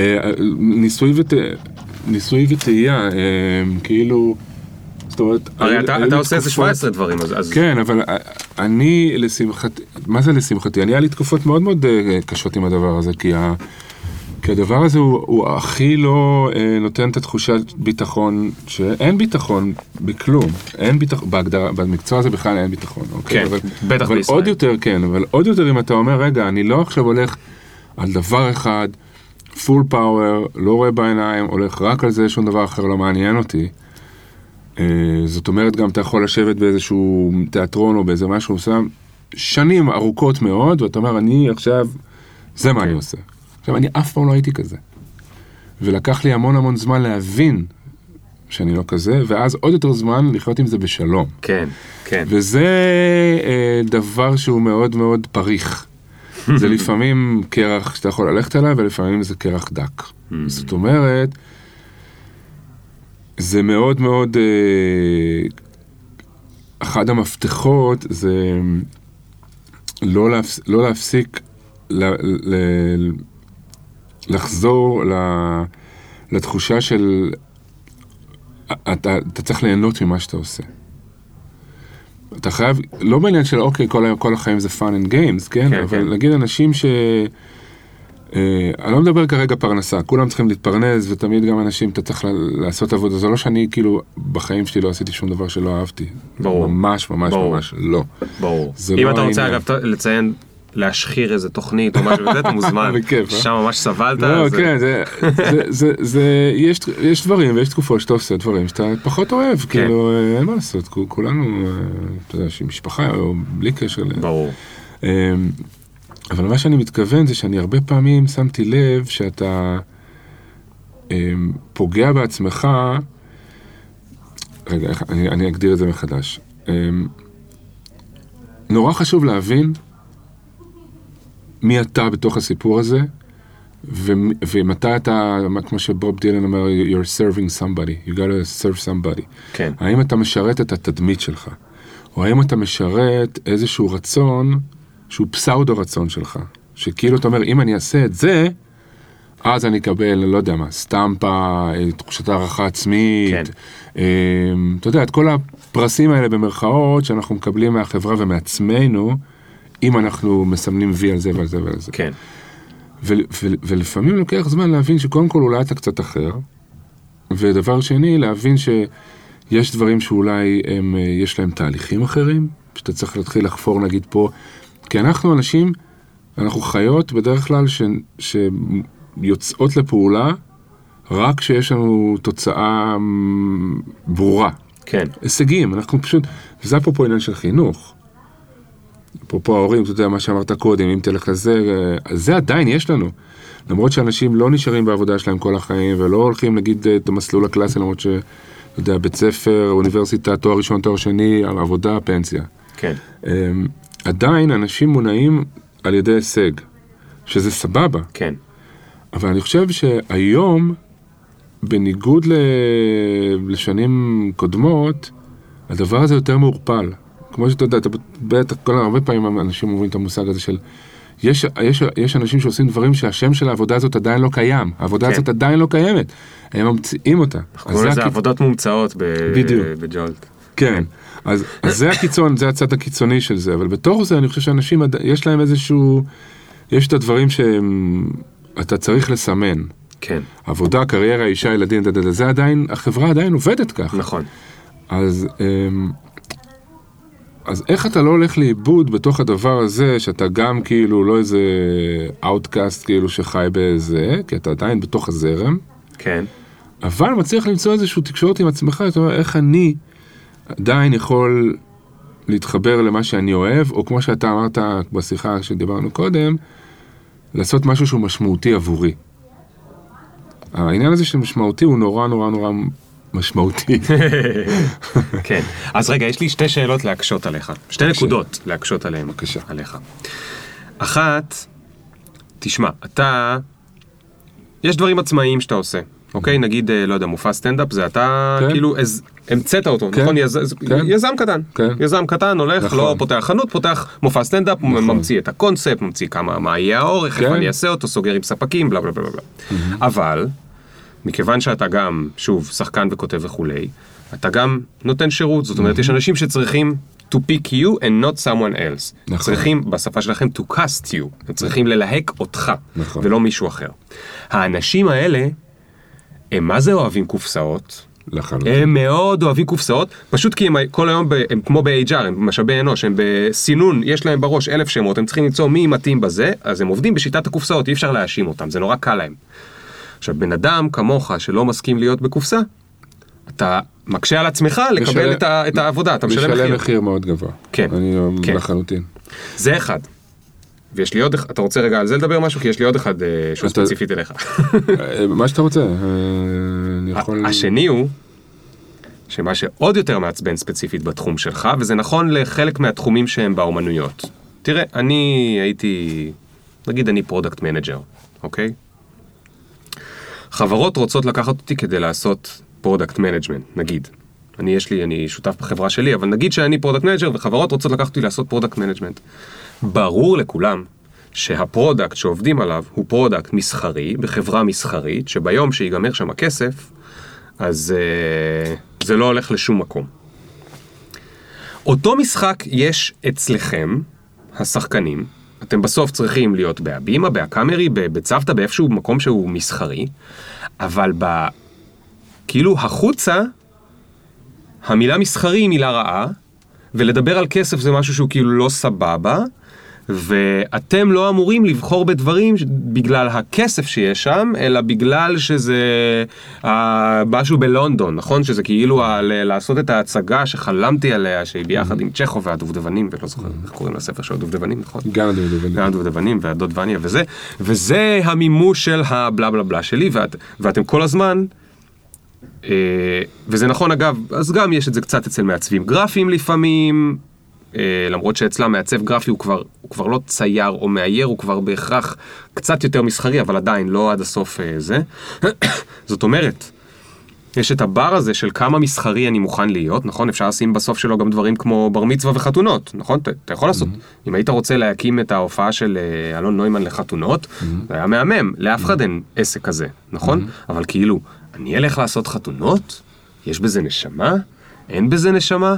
ניסוי וטעייה, כאילו, זאת אומרת... הרי אתה עושה איזה 17 דברים, אז... כן, אבל אני, לשמחתי, מה זה לשמחתי? אני היה לי תקופות מאוד מאוד קשות עם הדבר הזה, כי הדבר הזה הוא הכי לא נותן את התחושת ביטחון, שאין ביטחון בכלום, אין ביטחון, בהגדרה, במקצוע הזה בכלל אין ביטחון, אוקיי? כן, בטח אבל בישראל. עוד יותר, כן, אבל עוד יותר אם אתה אומר, רגע, אני לא עכשיו הולך על דבר אחד, פול פאוור, לא רואה בעיניים, הולך רק על זה, שום דבר אחר לא מעניין אותי. זאת אומרת, גם אתה יכול לשבת באיזשהו תיאטרון או באיזה משהו, שנים ארוכות מאוד, ואתה אומר, אני עכשיו, זה מה אני עושה. עכשיו, אני אף פעם לא הייתי כזה. ולקח לי המון זמן להבין שאני לא כזה, ואז עוד יותר זמן לחיות עם זה בשלום. כן, כן. וזה דבר שהוא מאוד מאוד פריך. זה לפעמים קרח שאתה יכול ללכת עליו, ולפעמים זה קרח דק. זאת אומרת, זה מאוד מאוד, אחד המפתחות זה לא להפסיק לחזור לתחושה של אתה צריך ליהנות ממה שאתה עושה. אתה חייב, לא בעניין של אוקיי, כל החיים זה fun and games, כן? אבל להגיד אנשים אני לא מדבר כרגע פרנסה, כולם צריכים להתפרנס, ותמיד גם אנשים, אתה צריך לעשות עבודה. זה לא שאני, כאילו, בחיים שלי לא עשיתי שום דבר שלא אהבתי. ברור. ממש לא. ברור. אם אתה רוצה, אגב, לציין, להשחיר איזה תוכנית או משהו, וזה אתה מוזמן, שם ממש סבלת. לא, כן, יש דברים ויש תקופות שאתה עושה דברים שאתה פחות אוהב, כאילו, אין מה לעשות, כולנו, אתה יודע, שהיא משפחה או בלי קשר. ברור. אבל מה שאני מתכוון זה שאני הרבה פעמים שמתי לב שאתה פוגע בעצמך, רגע, אני אגדיר את זה מחדש. נורא חשוב להבין מי אתה בתוך הסיפור הזה, ומתי אתה, כמו שבוב דילן אומר, you're serving somebody, you gotta serve somebody. כן. האם אתה משרת את התדמית שלך, או האם אתה משרת איזשהו רצון, שהוא פסאודו רצון שלך, שכאילו אתה אומר, אם אני אעשה את זה, אז אני אקבל, לא יודע מה, סטמפה, תחושת הערכה עצמית, כן. אתה יודע, את כל הפרסים האלה במרכאות, שאנחנו מקבלים מהחברה ומעצמנו, אם אנחנו מסמנים וי על זה ועל זה ועל זה. כן. ולפעמים לוקח זמן להבין שקודם כל אולי אתה קצת אחר, ודבר שני, להבין שיש דברים שאולי יש להם תהליכים אחרים, שאתה צריך להתחיל לחפור נגיד פה, כי אנחנו אנשים, אנחנו חיות בדרך כלל שיוצאות לפעולה, רק כשיש לנו תוצאה ברורה. כן. הישגים, אנחנו פשוט, וזה פה עניין של חינוך. פה ההורים, אתה יודע מה שאמרת קודם, אם תלך לזה, זה עדיין יש לנו. למרות שאנשים לא נשארים בעבודה שלהם כל החיים, ולא הולכים נגיד את המסלול הקלאסי, למרות אתה יודע, בית ספר, אוניברסיטה, תואר ראשון, תואר שני, עבודה, פנסיה. כן. עדיין אנשים מונעים על ידי הישג, שזה סבבה. כן. אבל אני חושב שהיום, בניגוד לשנים קודמות, הדבר הזה יותר מעורפל. כמו שאתה יודע, בטח הרבה פעמים אנשים אומרים את המושג הזה של, יש אנשים שעושים דברים שהשם של העבודה הזאת עדיין לא קיים. העבודה הזאת עדיין לא קיימת. הם ממציאים אותה. קוראים לזה עבודות מומצאות בג'ולט. כן. אז זה הקיצון, זה הצד הקיצוני של זה. אבל בתוך זה אני חושב שאנשים, יש להם איזשהו, יש את הדברים שאתה צריך לסמן. כן. עבודה, קריירה, אישה, ילדים, זה עדיין, החברה עדיין עובדת כך. נכון. אז איך אתה לא הולך לאיבוד בתוך הדבר הזה, שאתה גם כאילו לא איזה אאוטקאסט כאילו שחי באיזה, כי אתה עדיין בתוך הזרם. כן. אבל מצליח למצוא איזשהו תקשורת עם עצמך, זאת אומרת, איך אני עדיין יכול להתחבר למה שאני אוהב, או כמו שאתה אמרת בשיחה שדיברנו קודם, לעשות משהו שהוא משמעותי עבורי. העניין הזה של משמעותי הוא נורא נורא נורא משמעותי. כן. אז רגע, יש לי שתי שאלות להקשות עליך. שתי נקודות להקשות עליהן. בבקשה. עליך. אחת, תשמע, אתה, יש דברים עצמאיים שאתה עושה. אוקיי? נגיד, לא יודע, מופע סטנדאפ, זה אתה כאילו המצאת אותו, נכון? יזם קטן. יזם קטן הולך, לא פותח חנות, פותח מופע סטנדאפ, ממציא את הקונספט, ממציא מה יהיה האורך, איך אני אעשה אותו, סוגר עם ספקים, בלה בלה בלה בלה. אבל, מכיוון שאתה גם, שוב, שחקן וכותב וכולי, אתה גם נותן שירות, זאת אומרת, יש אנשים שצריכים to pick you and not someone else. צריכים, בשפה שלכם, to cast you. הם צריכים ללהק אותך, ולא מישהו אחר. האנשים האלה, הם מה זה אוהבים קופסאות? הם מאוד אוהבים קופסאות, פשוט כי הם כל היום, הם כמו ב-HR, הם משאבי אנוש, הם בסינון, יש להם בראש 1,000 שמות, הם צריכים למצוא מי מתאים בזה, אז הם עובדים בשיטת הקופסאות, אי אפשר להאשים אותם, זה נורא קל להם. עכשיו, בן אדם כמוך שלא מסכים להיות בקופסה, אתה מקשה על עצמך לקבל את העבודה, אתה משלם מחיר מאוד גבוה. כן. אני לחלוטין. זה אחד. ויש לי עוד אחד, אתה רוצה רגע על זה לדבר משהו? כי יש לי עוד אחד שהוא ספציפית אליך. מה שאתה רוצה. השני הוא, שמה שעוד יותר מעצבן ספציפית בתחום שלך, וזה נכון לחלק מהתחומים שהם באומנויות. תראה, אני הייתי, נגיד אני פרודקט מנג'ר, אוקיי? חברות רוצות לקחת אותי כדי לעשות פרודקט מנג'מנט, נגיד. אני שותף בחברה שלי, אבל נגיד שאני פרודקט מנג'ר, וחברות רוצות לקחת אותי לעשות פרודקט מנג'מנט. ברור לכולם שהפרודקט שעובדים עליו הוא פרודקט מסחרי, בחברה מסחרית, שביום שיגמר שם הכסף, אז זה לא הולך לשום מקום. אותו משחק יש אצלכם, השחקנים, אתם בסוף צריכים להיות בהבימה, בהקאמרי, בצוותא, באיפשהו מקום שהוא מסחרי, אבל כאילו החוצה, המילה מסחרי היא מילה רעה, ולדבר על כסף זה משהו שהוא כאילו לא סבבה, ואתם לא אמורים לבחור בדברים בגלל הכסף שיש שם, אלא בגלל שזה משהו בלונדון, נכון? שזה כאילו לעשות את ההצגה שחלמתי עליה, שהיא ביחד עם צ'כוב והדובדבנים, ולא זוכר איך קוראים לספר של הדובדבנים, נכון? גם הדובדבנים והדוד וניה וזה, וזה המימוש של הבלה בלה בלה שלי, ואתם כל הזמן, וזה נכון אגב, אז גם יש את זה קצת אצל מעצבים גרפיים לפעמים, למרות שאצלם מעצב גרפי הוא כבר לא צייר או מאייר, הוא כבר בהכרח קצת יותר מסחרי, אבל עדיין לא עד הסוף זה. זאת אומרת, יש את הבר הזה של כמה מסחרי אני מוכן להיות, נכון? אפשר לשים בסוף שלו גם דברים כמו בר מצווה וחתונות, נכון? אתה יכול לעשות. אם היית רוצה להקים את ההופעה של אלון נוימן לחתונות, זה היה מהמם, לאף אחד אין עסק כזה, נכון? אבל כאילו, אני אלך לעשות חתונות? יש בזה נשמה? אין בזה נשמה?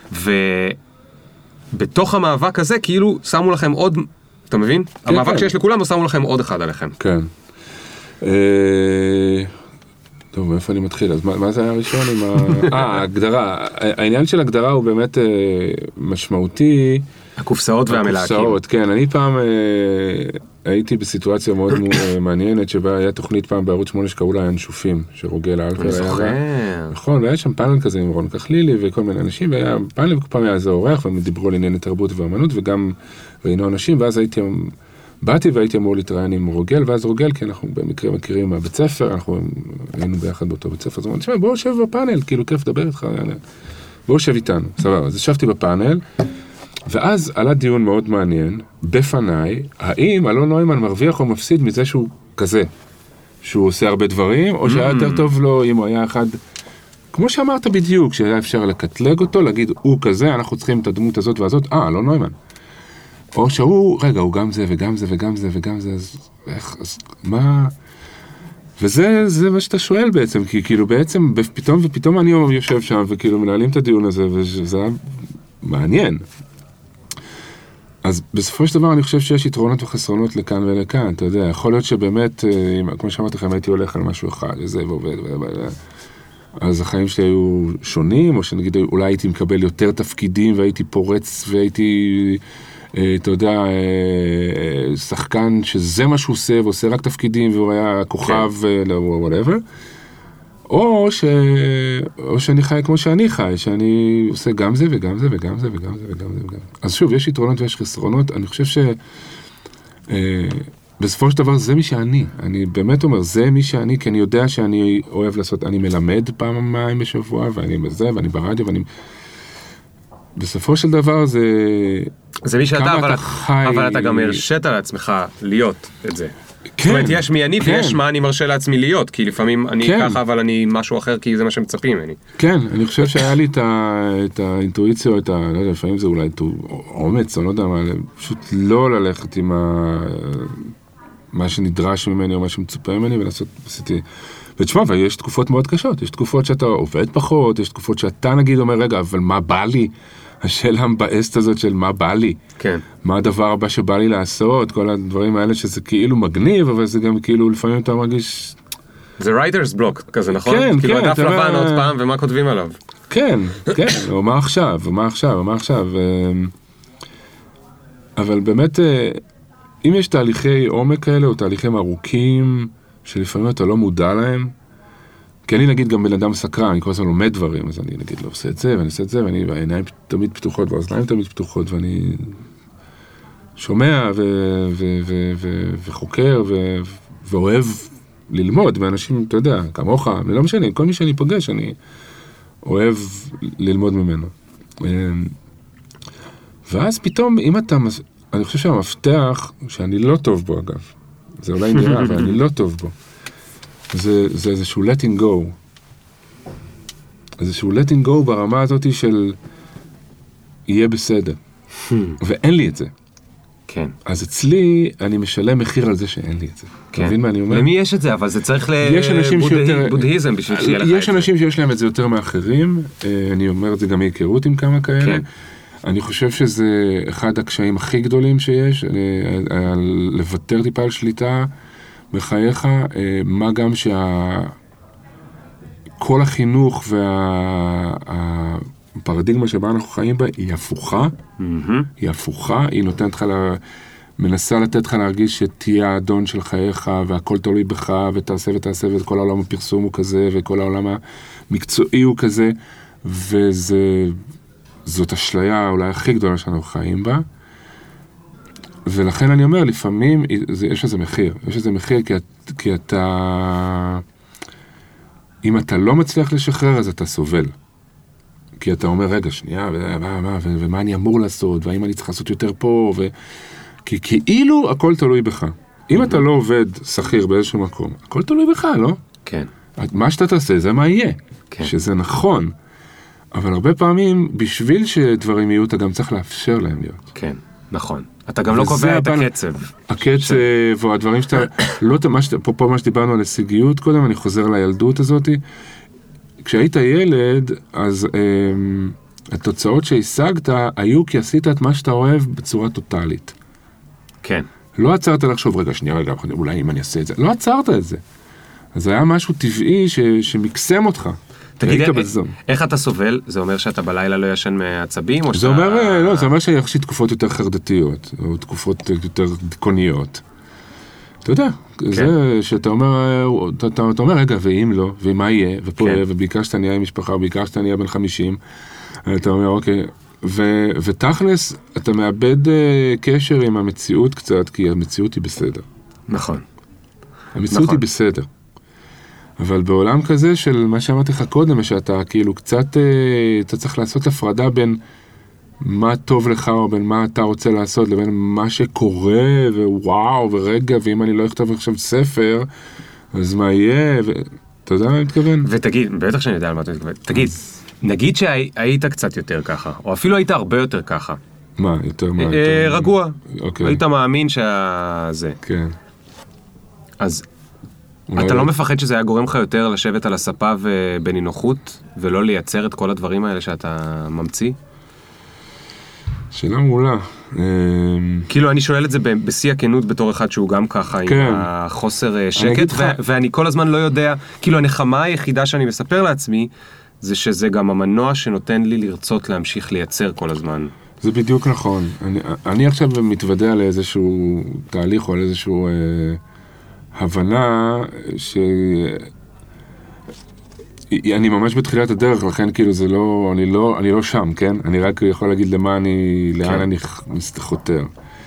בתוך המאבק הזה, כאילו, שמו לכם עוד, אתה מבין? כן, המאבק כן. שיש לכולם, שמו לכם עוד אחד עליכם. כן. טוב, מאיפה אני מתחיל? אז מה זה היה הראשון עם ההגדרה. העניין של הגדרה הוא באמת משמעותי. הקופסאות והמלהקים. הקופסאות, כן. אני פעם הייתי בסיטואציה מאוד מעניינת, שבה היה תוכנית פעם בערוץ 8 שקראו לה ינשופים, שרוגל אלפר היה. זוכר. נכון, והיה שם פאנל כזה עם רון כחלילי וכל מיני אנשים, והיה פאנל וכל פעם היה איזה אורח, והם דיברו על ענייני תרבות ואמנות, וגם ראינו אנשים, ואז באתי והייתי אמור להתראיין עם רוגל, ואז רוגל, כי אנחנו במקרה מכירים מהבית ספר, אנחנו היינו ביחד באותו בית ספר, אז אמרתי, בוא שב בפאנל, כאילו כיף לדבר איתך, בוא שב איתנו, סבבה, אז ישבתי בפאנל, ואז עלה דיון מאוד מעניין, בפניי, האם אלון נוימן מרוויח או מפסיד מזה שהוא כזה, שהוא עושה הרבה דברים, או שהיה יותר טוב לו אם הוא היה אחד, כמו שאמרת בדיוק, שהיה אפשר לקטלג אותו, להגיד, הוא כזה, אנחנו צריכים את הדמות הזאת והזאת, אלון נוימן. או שהוא, רגע, הוא גם זה וגם זה וגם זה וגם זה, אז איך, אז מה? וזה מה שאתה שואל בעצם, כי כאילו בעצם, ופתאום אני יושב שם, וכאילו מנהלים את הדיון הזה, וזה היה מעניין. אז בסופו של דבר אני חושב שיש יתרונות וחסרונות לכאן ולכאן, אתה יודע, יכול להיות שבאמת, כמו שאמרתי לכם, הייתי הולך על משהו אחד, וזה ועובד, אז החיים שלי היו שונים, או שנגיד אולי הייתי מקבל יותר תפקידים, והייתי פורץ, והייתי, אתה יודע, שחקן שזה מה שהוא עושה, ועושה רק תפקידים, והוא היה כוכב, whatever. או שאני חי כמו שאני חי, שאני עושה גם זה וגם זה וגם זה וגם זה וגם זה וגם. אז שוב, יש יתרונות ויש חסרונות, אני חושב בסופו של דבר זה מי שאני, אני באמת אומר, זה מי שאני, כי אני יודע שאני אוהב לעשות, אני מלמד פעמיים בשבוע, ואני בזה, ואני ברדיו, ואני... בסופו של דבר זה מי שאתה, אבל אתה גם הרשית לעצמך להיות את זה. כן, זאת אומרת, יש מי אני ויש מה אני מרשה לעצמי להיות, כי לפעמים אני ככה, אבל אני משהו אחר, כי זה מה שמצפים ממני. כן, אני חושב שהיה לי את האינטואיציה, לא יודע, לפעמים זה אולי אומץ, אני לא יודע מה, פשוט לא ללכת עם מה שנדרש ממני או מה שמצופה ממני, ולעשות, ותשמע, ויש תקופות מאוד קשות, יש תקופות שאתה עובד פחות, יש תקופות שאתה נגיד אומר, רגע, אבל מה בא לי? השאלה המבאסת הזאת של מה בא לי, כן. מה הדבר הבא שבא לי לעשות, כל הדברים האלה שזה כאילו מגניב, אבל זה גם כאילו לפעמים אתה מרגיש... זה writer's block כזה, נכון? כן, כאילו כן. הדף לבן עוד פעם, ומה כותבים עליו? כן, כן, או מה עכשיו, ומה עכשיו, ומה עכשיו. אבל באמת, אם יש תהליכי עומק כאלה, או תהליכים ארוכים, שלפעמים אתה לא מודע להם, כי אני נגיד גם בן אדם סקרן, אני כל הזמן לומד דברים, אז אני נגיד לא עושה את זה, ואני עושה את זה, והעיניים תמיד פתוחות, והאוזניים תמיד פתוחות, ואני שומע וחוקר ואוהב ללמוד, ואנשים, אתה יודע, כמוך, לא משנה, כל מי שאני פוגש, אני אוהב ללמוד ממנו. ואז פתאום, אם אתה, אני חושב שהמפתח, שאני לא טוב בו אגב, זה אולי נראה, אבל אני לא טוב בו, זה איזשהו letting go. איזשהו letting go ברמה הזאת של יהיה בסדר. ואין לי את זה. כן. אז אצלי אני משלם מחיר על זה שאין לי את זה. אתה מבין מה אני אומר? למי יש את זה? אבל זה צריך לבודהיזם בשביל שיהיה לך את זה. יש אנשים שיש להם את זה יותר מאחרים. אני אומר את זה גם מהיכרות עם כמה כאלה. כן. אני חושב שזה אחד הקשיים הכי גדולים שיש. לוותר טיפה על שליטה בחייך, מה גם כל החינוך הפרדיגמה שבה אנחנו חיים בה היא הפוכה, היא הפוכה, היא נותנת לך, מנסה לתת לך להרגיש שתהיה האדון של חייך, והכל תלוי בך, ותעשה ותעשה, וכל העולם הפרסום הוא כזה, וכל העולם המקצועי הוא כזה, זאת אשליה אולי הכי גדולה שאנחנו חיים בה, ולכן אני אומר, לפעמים יש איזה מחיר, כי אתה, אם אתה לא מצליח לשחרר, אז אתה סובל. כי אתה אומר, רגע, שנייה, ומה אני אמור לעשות, והאם אני צריך לעשות יותר פה, כי כאילו הכל תלוי בך. אם אתה לא עובד שכיר באיזשהו מקום, הכל תלוי בך, לא? כן. מה שאתה תעשה, זה מה יהיה. כן. שזה נכון. אבל הרבה פעמים, בשביל שדברים יהיו, אתה גם צריך לאפשר להם להיות. כן, נכון. אתה גם לא קובע את הקצב. הקצב, או הדברים שאתה, לא, פה מה שדיברנו על הישגיות קודם, אני חוזר לילדות הזאת. כשהיית ילד, אז התוצאות שהשגת היו כי עשית את מה שאתה אוהב בצורה טוטלית. כן. לא עצרת לחשוב, רגע, אולי אם אני אעשה את זה. לא עצרת את זה. אז זה היה משהו טבעי שמקסם אותך. תגיד, איך אתה סובל? זה אומר שאתה בלילה לא ישן מעצבים? זה אומר, לא, זה אומר שיש לי תקופות יותר חרדתיות, או תקופות יותר דיכאוניות. אתה יודע, זה שאתה אומר, רגע, ואם לא, ומה יהיה, ובעיקר שאתה נהיה עם משפחה, ובעיקר שאתה נהיה בן 50, אתה אומר, אוקיי, ותכלס, אתה מאבד קשר עם המציאות קצת, כי המציאות היא בסדר. נכון. המציאות היא בסדר. אבל בעולם כזה של מה שאמרתי לך קודם, שאתה כאילו קצת, אתה צריך לעשות הפרדה בין מה טוב לך, או בין מה אתה רוצה לעשות, לבין מה שקורה, ווואו, ורגע, ואם אני לא אכתוב עכשיו ספר, אז מה יהיה, אתה יודע מה אני מתכוון? ותגיד, בטח שאני יודע על מה אתה מתכוון, תגיד, נגיד שהיית קצת יותר ככה, או אפילו היית הרבה יותר ככה. מה, יותר מה? רגוע. אוקיי. היית מאמין שזה. כן. אז אתה לא מפחד שזה היה גורם לך יותר לשבת על הספה ובנינוחות, ולא לייצר את כל הדברים האלה שאתה ממציא? שאלה מעולה. כאילו אני שואל את זה בשיא הכנות בתור אחד שהוא גם ככה, עם החוסר שקט, ואני כל הזמן לא יודע, כאילו הנחמה היחידה שאני מספר לעצמי, זה שזה גם המנוע שנותן לי לרצות להמשיך לייצר כל הזמן. זה בדיוק נכון. אני עכשיו מתוודע לאיזשהו תהליך או לאיזשהו הבנה אני ממש בתחילת הדרך, לכן כאילו זה לא, אני לא שם, כן? אני רק יכול להגיד לאן אני חותר.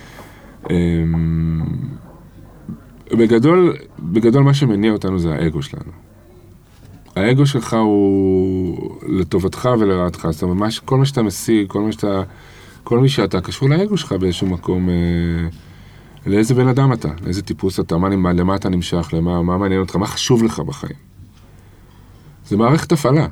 בגדול מה שמניע אותנו זה האגו שלנו. האגו שלך הוא לטובתך ולרעתך, זאת אומרת, כל מה שאתה משיג, כל מי שאתה קשור לאגו שלך באיזשהו מקום, לאיזה בן אדם אתה, לאיזה טיפוס אתה, למה אתה נמשך, מה מעניין אותך, מה חשוב לך בחיים. זה מערכת הפעלה.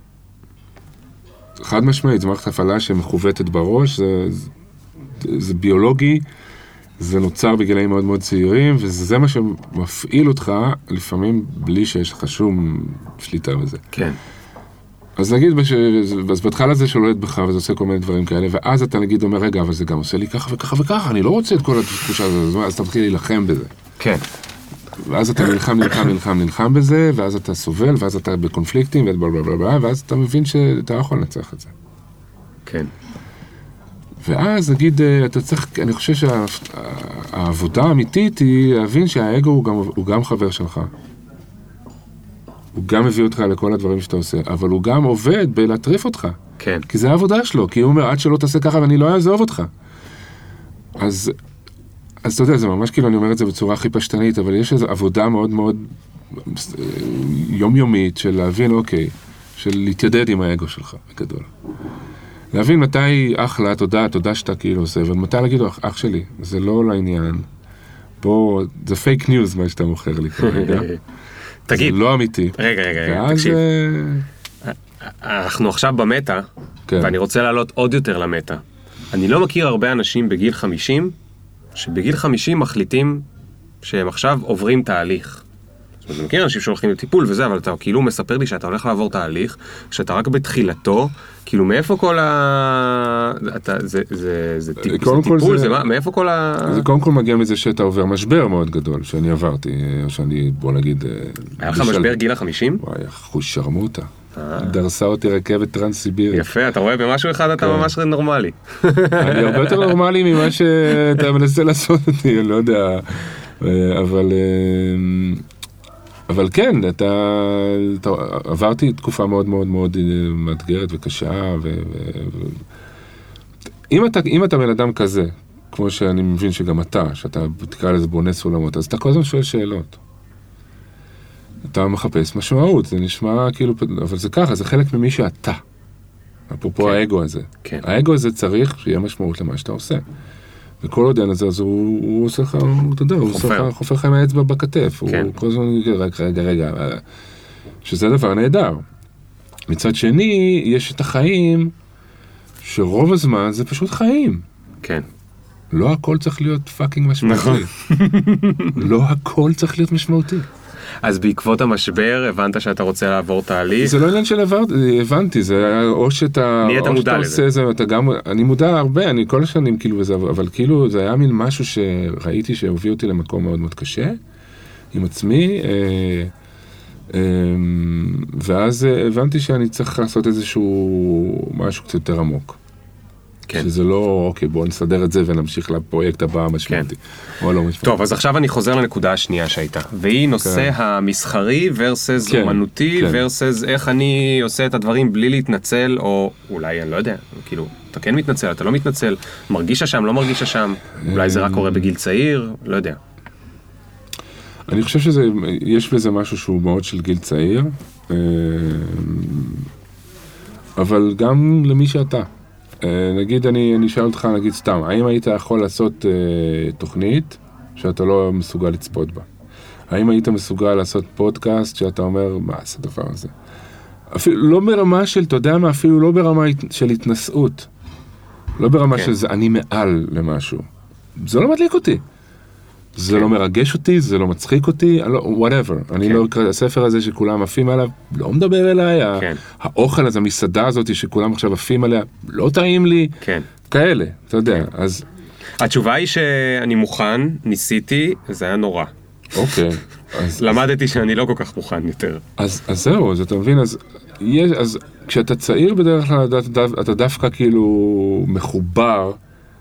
חד משמעית, זה מערכת הפעלה שמחובטת בראש, זה ביולוגי, זה נוצר בגילאים מאוד מאוד צעירים, וזה מה שמפעיל אותך, לפעמים בלי שיש לך שום שליטה בזה. כן. אז נגיד, אז בהתחלה זה שולט בך, וזה עושה כל מיני דברים כאלה, ואז אתה נגיד אומר, רגע, אבל זה גם עושה לי ככה וככה וככה, אני לא רוצה את כל התחושה הזאת, אז אתה מתחיל להילחם בזה. כן. ואז אתה נלחם בזה, ואז אתה סובל, ואז אתה בקונפליקטים, ואז אתה מבין שאתה יכול לנצח את זה. כן. ואז נגיד, אתה צריך, אני חושב שהעבודה האמיתית היא להבין שהאגו הוא גם חבר שלך. הוא גם מביא אותך לכל הדברים שאתה עושה, אבל הוא גם עובד בלהטריף אותך. כן. כי זה העבודה שלו, כי הוא אומר, עד שלא תעשה ככה ואני לא אעזוב אותך. אז אתה יודע, זה ממש כאילו אני אומר את זה בצורה הכי פשטנית, אבל יש איזו עבודה מאוד מאוד יומיומית של להבין, אוקיי, של להתיידד עם האגו שלך, בגדול. להבין מתי אחלה, תודה שאתה כאילו עושה, אבל מתי להגיד, אח שלי, זה לא לעניין. בוא, זה פייק ניוז מה שאתה מוכר לי כרגע. תגיד. זה לא אמיתי. רגע, תקשיב. אנחנו עכשיו במטה, ואני רוצה לעלות עוד יותר למטה. אני לא מכיר הרבה אנשים בגיל 50, שבגיל 50 מחליטים שהם עכשיו עוברים תהליך. זאת אומרת, אני מכיר אנשים שהולכים לטיפול וזה, אבל אתה כאילו מספר לי שאתה הולך לעבור תהליך, שאתה רק בתחילתו, כאילו מאיפה כל זה טיפול, מאיפה כל זה קודם כל מגיע מזה שאתה עובר משבר מאוד גדול, שאני עברתי, שאני, בוא נגיד... היה לך משבר גיל ה-50? וואי, אחוז שרמוטה. דרסה אותי רכבת טרנס-סיבירית. יפה, אתה רואה, במשהו אחד אתה ממש נורמלי. אני הרבה יותר נורמלי ממה שאתה מנסה לעשות אותי, אני לא יודע, אבל כן, עברתי תקופה מאוד מאוד מאוד מאתגרת וקשה, אם אתה בן אדם כזה, כמו שאני מבין שגם אתה, שאתה תקרא לזה בונה סולמות, אז אתה כל הזמן שואל שאלות. אתה מחפש משמעות, זה נשמע כאילו, אבל זה ככה, זה חלק ממי שאתה. אפרופו האגו הזה. האגו הזה צריך שיהיה משמעות למה שאתה עושה. וכל עוד אין הזה, אז הוא עושה לך, אתה יודע, הוא חופר לך עם האצבע בכתף. הוא כל הזמן, רגע, שזה דבר נהדר. מצד שני, יש את החיים, שרוב הזמן זה פשוט חיים. כן. לא הכל צריך להיות פאקינג משמעותי. לא הכל צריך להיות משמעותי. אז בעקבות המשבר הבנת שאתה רוצה לעבור תהליך? זה לא עניין של הבנתי, זה היה או שאתה עושה זה, אני מודע הרבה, אני כל השנים כאילו בזה, אבל כאילו זה היה מין משהו שראיתי שהוביל אותי למקום מאוד מאוד קשה, עם עצמי, ואז הבנתי שאני צריך לעשות איזשהו משהו קצת יותר עמוק. כן. שזה לא, אוקיי, בואו נסדר את זה ונמשיך לפרויקט הבא המשמעותי. כן. או לא משמעותי. טוב, אז עכשיו אני חוזר לנקודה השנייה שהייתה, והיא נושא המסחרי versus אומנותי, versus איך אני עושה את הדברים בלי להתנצל, או אולי, אני לא יודע, כאילו, אתה כן מתנצל, אתה לא מתנצל, מרגיש אשם, לא מרגיש אשם, אולי זה רק קורה בגיל צעיר, לא יודע. אני חושב יש בזה משהו שהוא מאוד של גיל צעיר, אבל גם למי שאתה. נגיד, אני אשאל אותך, נגיד סתם, האם היית יכול לעשות תוכנית שאתה לא מסוגל לצפות בה? האם היית מסוגל לעשות פודקאסט שאתה אומר, מה זה הדבר הזה? אפילו לא ברמה של, אתה יודע מה, אפילו לא ברמה של התנסות. לא ברמה של זה, אני מעל למשהו. זה לא מדליק אותי. זה לא מרגש אותי, זה לא מצחיק אותי, whatever. אני לא אקרא, הספר הזה שכולם עפים עליו, לא מדבר אליי, האוכל הזה, המסעדה הזאת שכולם עכשיו עפים עליה, לא טעים לי, כאלה, אתה יודע, אז... התשובה היא שאני מוכן, ניסיתי, זה היה נורא. אוקיי. למדתי שאני לא כל כך מוכן יותר. אז זהו, אז אתה מבין, אז כשאתה צעיר בדרך כלל, אתה דווקא כאילו מחובר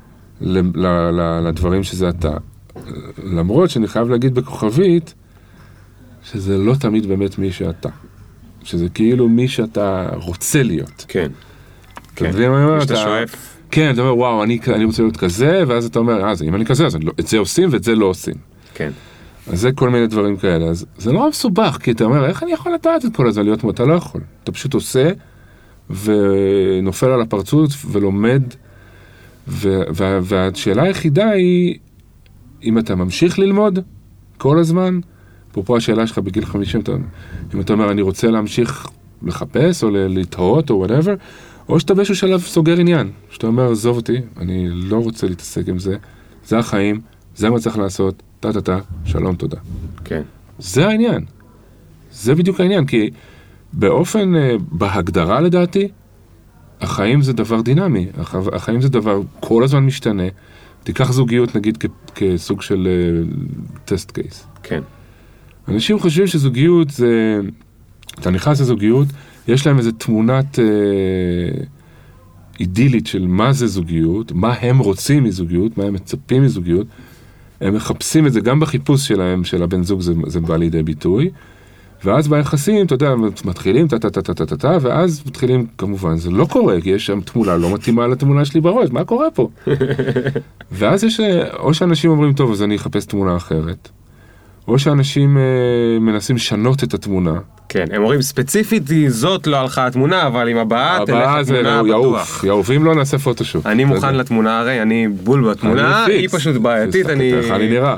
לדברים שזה אתה. למרות שאני חייב להגיד בכוכבית, שזה לא תמיד באמת מי שאתה. שזה כאילו מי שאתה רוצה להיות. כן. אתה מבין מה אני אומר? שאתה שואף. כן, אתה אומר, וואו, אני רוצה להיות כזה, ואז אתה אומר, אז אם אני כזה, אז את זה עושים ואת זה לא עושים. כן. אז זה כל מיני דברים כאלה. אז זה לא מסובך, כי אתה אומר, איך אני יכול לדעת את כל הזה להיות כמו? אתה לא יכול. אתה פשוט עושה, ונופל על הפרצוף, ולומד, והשאלה היחידה היא, אם אתה ממשיך ללמוד כל הזמן, פה השאלה שלך בגיל 50, אם אתה אומר, אני רוצה להמשיך לחפש, או להתהות, או whatever, או שאתה באיזשהו שלב סוגר עניין, שאתה אומר, עזוב אותי, אני לא רוצה להתעסק עם זה, זה החיים, זה מה צריך לעשות, שלום, תודה. כן. זה העניין. זה בדיוק העניין, כי באופן, בהגדרה לדעתי, החיים זה דבר דינמי, החיים זה דבר כל הזמן משתנה, תיקח זוגיות נגיד כסוג של טסט קייס. כן. אנשים חושבים שזוגיות זה, אתה נכנס לזוגיות, יש להם איזו תמונת אידילית של מה זה זוגיות, מה הם רוצים מזוגיות, מה הם מצפים מזוגיות, הם מחפשים את זה גם בחיפוש שלהם, של הבן זוג זה בא לידי ביטוי, ואז ביחסים, אתה יודע, מתחילים, ואז מתחילים, כמובן, זה לא קורה, כי יש שם תמונה לא מתאימה לתמונה שלי בראש, מה קורה פה? ואז יש, או שאנשים אומרים, טוב, אז אני אחפש תמונה אחרת, או שאנשים מנסים לשנות את התמונה. כן, הם אומרים, ספציפית זאת לא הלכה התמונה, אבל עם הבאה תלך התמונה בטוח. יעוף, אם לא נעשה פוטושופ. אני מוכן לתמונה הרי, אני בול בתמונה, היא פשוט בעייתית, אני... איך אני נראה.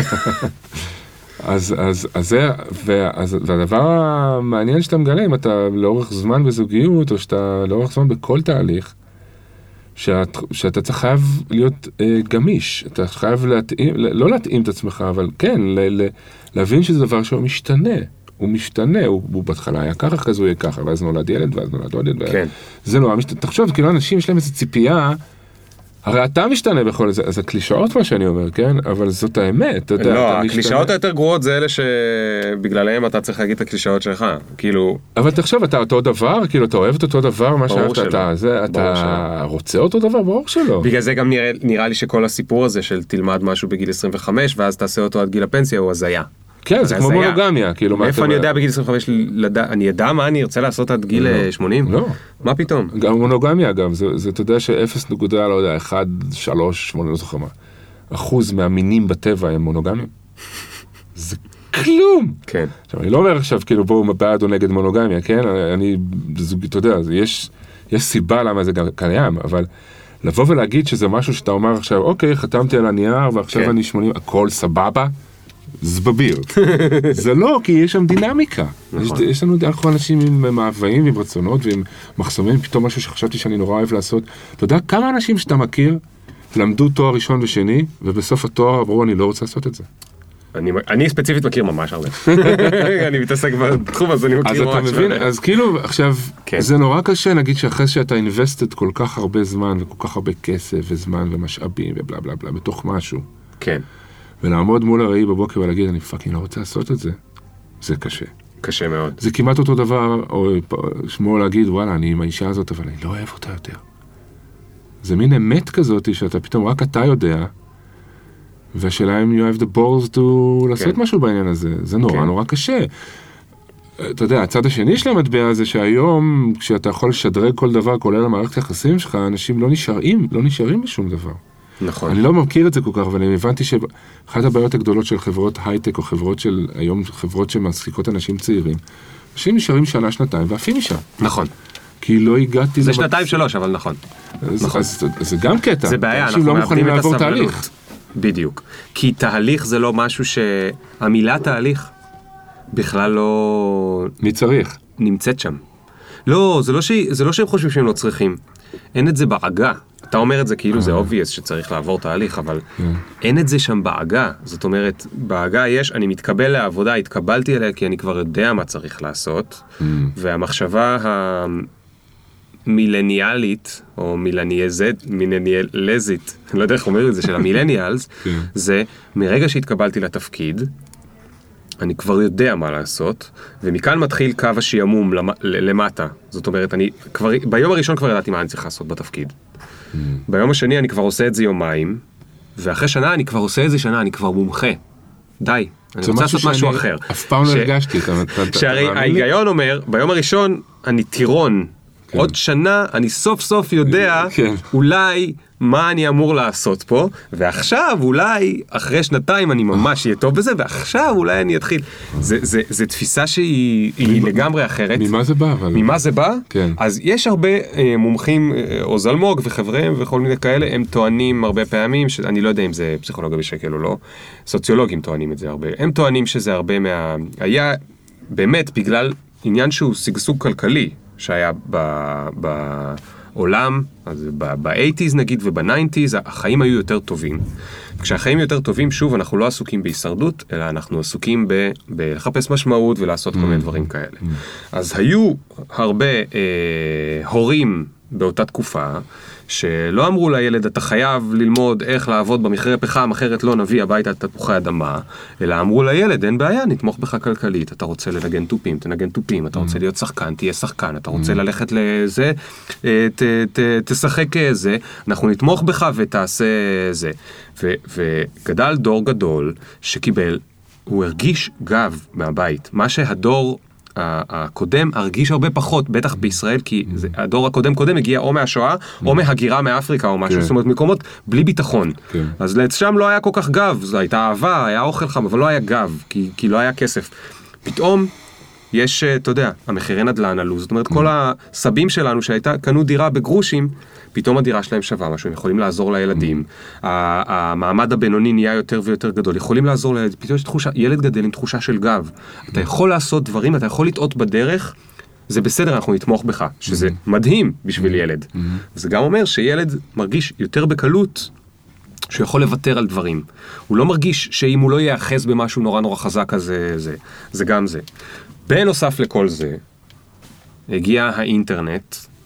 והדבר המעניין שאתה מגלה, אם אתה לאורך זמן בזוגיות, או שאתה לאורך זמן בכל תהליך, שאתה צריך חייב להיות גמיש, אתה חייב להתאים, לא להתאים את עצמך, אבל כן, להבין שזה דבר שהוא משתנה, הוא משתנה, הוא בהתחלה היה ככה, אחרי זה הוא יהיה ככה, ואז נולד ילד, ואז נולד עוד ילד, כן. זה לא, תחשוב, כאילו אנשים יש להם איזו ציפייה, הרי אתה משתנה בכל זה, אז הקלישאות מה שאני אומר, כן? אבל זאת האמת, אתה יודע, לא, אתה הקלישאות היותר גרועות זה אלה שבגללם אתה צריך להגיד את הקלישאות שלך, כאילו... אבל תחשוב, אתה אותו דבר, כאילו, אתה אוהב את אותו דבר, מה שאהבת, אתה רוצה אותו דבר, ברור שלא. בגלל זה גם נראה לי שכל הסיפור הזה של תלמד משהו בגיל 25, ואז תעשה אותו עד גיל הפנסיה, הוא הזיה. כן, זה כמו מונוגמיה, כאילו, מה מאיפה אני יודע בגיל 25, אני יודע מה אני ארצה לעשות עד גיל 80? לא. מה פתאום? גם מונוגמיה, אגב, זה אתה יודע ש0.1, לא יודע, 1, 3, 8, לא זוכר מה. אחוז מהמינים בטבע הם מונוגמיים. זה כלום! כן. עכשיו, אני לא אומר עכשיו, כאילו, בואו בעד או נגד מונוגמיה, כן? אתה יודע, יש סיבה למה זה קיים, אבל לבוא ולהגיד שזה משהו שאתה אומר עכשיו, אוקיי, חתמתי על הנייר, ועכשיו אני 80, הכל סבבה, זבביר. זה לא, כי יש שם דינמיקה. יש לנו אנשים עם מאוויים ועם רצונות ועם מחסומים, פתאום משהו שחשבתי שאני נורא אוהב לעשות. אתה יודע כמה אנשים שאתה מכיר למדו תואר ראשון ושני, ובסוף התואר אמרו, אני לא רוצה לעשות את זה. אני ספציפית מכיר ממש הרבה. אני מתעסק בתחום הזה, אני מכיר ממש הרבה. אז אתה מבין, אז כאילו, עכשיו, זה נורא קשה, נגיד שאחרי שאתה invested כל כך הרבה זמן, וכל כך הרבה כסף וזמן ומשאבים ובלה בלה בלה, בתוך משהו. כן. ולעמוד מול הראי בבוקר ולהגיד, אני פאקינג לא רוצה לעשות את זה, זה קשה. קשה מאוד. זה כמעט אותו דבר, או שמו להגיד, וואלה, אני עם האישה הזאת, אבל אני לא אוהב אותה יותר. זה מין אמת כזאת, שאתה פתאום רק אתה יודע, והשאלה אם you have the balls to לעשות משהו בעניין הזה. זה נורא נורא קשה. אתה יודע, הצד השני של המטבע הזה, שהיום, כשאתה יכול לשדרג כל דבר, כולל המערכת היחסים שלך, אנשים לא נשארים בשום דבר. נכון. אני לא מכיר את זה כל כך, אבל אני הבנתי שאחת הבעיות הגדולות של חברות הייטק, או חברות של, היום חברות שמעסיקות אנשים צעירים, אנשים נשארים שנה, שנתיים, ועפים משם. נכון. כי לא הגעתי... זה 2-3, אבל נכון. אז זה גם קטע. זה בעיה, אנחנו לא מוכנים לעבור תהליך. בדיוק. כי תהליך זה לא משהו שהמילה תהליך בכלל לא... מי צריך? נמצאת שם. לא, זה לא שהם חושבים שהם לא צריכים. אין את זה בעגה. אתה אומר את זה כאילו זה obvious שצריך לעבור תהליך, אבל אין את זה שם בעגה. זאת אומרת, בעגה יש, אני מתקבל לעבודה, התקבלתי אליה כי אני כבר יודע מה צריך לעשות, והמחשבה המילניאלית, או מילניאלזית, אני לא יודע איך אומר את זה, של המילניאלס, זה מרגע שהתקבלתי לתפקיד, אני כבר יודע מה לעשות, ומכאן מתחיל קו השעמום למטה. זאת אומרת, ביום הראשון כבר ידעתי מה אני צריך לעשות בתפקיד. ביום השני אני כבר עושה את זה יומיים, ואחרי שנה אני כבר עושה את זה שנה, אני כבר מומחה. די, אני רוצה לעשות משהו אחר. אף פעם לא הרגשתי. שהרי ההיגיון אומר, ביום הראשון אני טירון, עוד שנה אני סוף סוף יודע אולי מה אני אמור לעשות פה, ועכשיו אולי אחרי שנתיים אני ממש אהיה טוב בזה, ועכשיו אולי אני אתחיל. זה תפיסה שהיא לגמרי אחרת. ממה זה בא? ממה זה בא? כן. אז יש הרבה מומחים, עוז אלמוג וחבריהם וכל מיני כאלה, הם טוענים הרבה פעמים, אני לא יודע אם זה פסיכולוגיה בשקל או לא, סוציולוגים טוענים את זה הרבה, הם טוענים שזה הרבה היה באמת בגלל עניין שהוא סגסוג כלכלי, שהיה בעולם, אז ב-80s נגיד וב-90s, החיים היו יותר טובים. כשהחיים יותר טובים, שוב, אנחנו לא עסוקים בהישרדות, אלא אנחנו עסוקים בלחפש משמעות ולעשות כל מיני דברים כאלה. אז היו הרבה הורים באותה תקופה, שלא אמרו לילד, אתה חייב ללמוד איך לעבוד במכרה פחם, אחרת לא נביא הביתה את תפוחי אדמה, אלא אמרו לילד, אין בעיה, נתמוך בך כלכלית, אתה רוצה לנגן טופים, תנגן טופים, אתה רוצה להיות שחקן, תהיה שחקן, אתה רוצה ללכת לזה, תשחק זה, אנחנו נתמוך בך ותעשה זה. וגדל דור גדול שקיבל, הוא הרגיש גב מהבית, מה שהדור הקודם הרגיש הרבה פחות, בטח בישראל, כי הדור הקודם הגיע או מהשואה, או מהגירה מאפריקה או משהו, זאת אומרת, מקומות בלי ביטחון. אז שם לא היה כל כך גב, זו הייתה אהבה, היה אוכל חם, אבל לא היה גב, כי לא היה כסף. פתאום יש, אתה יודע, המחירי נדל"ן עלו, זאת אומרת, כל הסבים שלנו קנו דירה בגרושים, פתאום הדירה שלהם שווה משהו, הם יכולים לעזור לילדים, המעמד הבינוני נהיה יותר ויותר גדול, יכולים לעזור לילד, פתאום יש תחושה, ילד גדל עם תחושה של גב, אתה יכול לעשות דברים, אתה יכול לטעות בדרך, זה בסדר, אנחנו נתמוך בך, שזה מדהים בשביל ילד. זה גם אומר שילד מרגיש יותר בקלות, שהוא יכול לוותר על דברים. הוא לא מרגיש שאם הוא לא יאחז במשהו נורא נורא חזק, אז זה גם זה. בנוסף לכל זה, הגיע האינטרנט,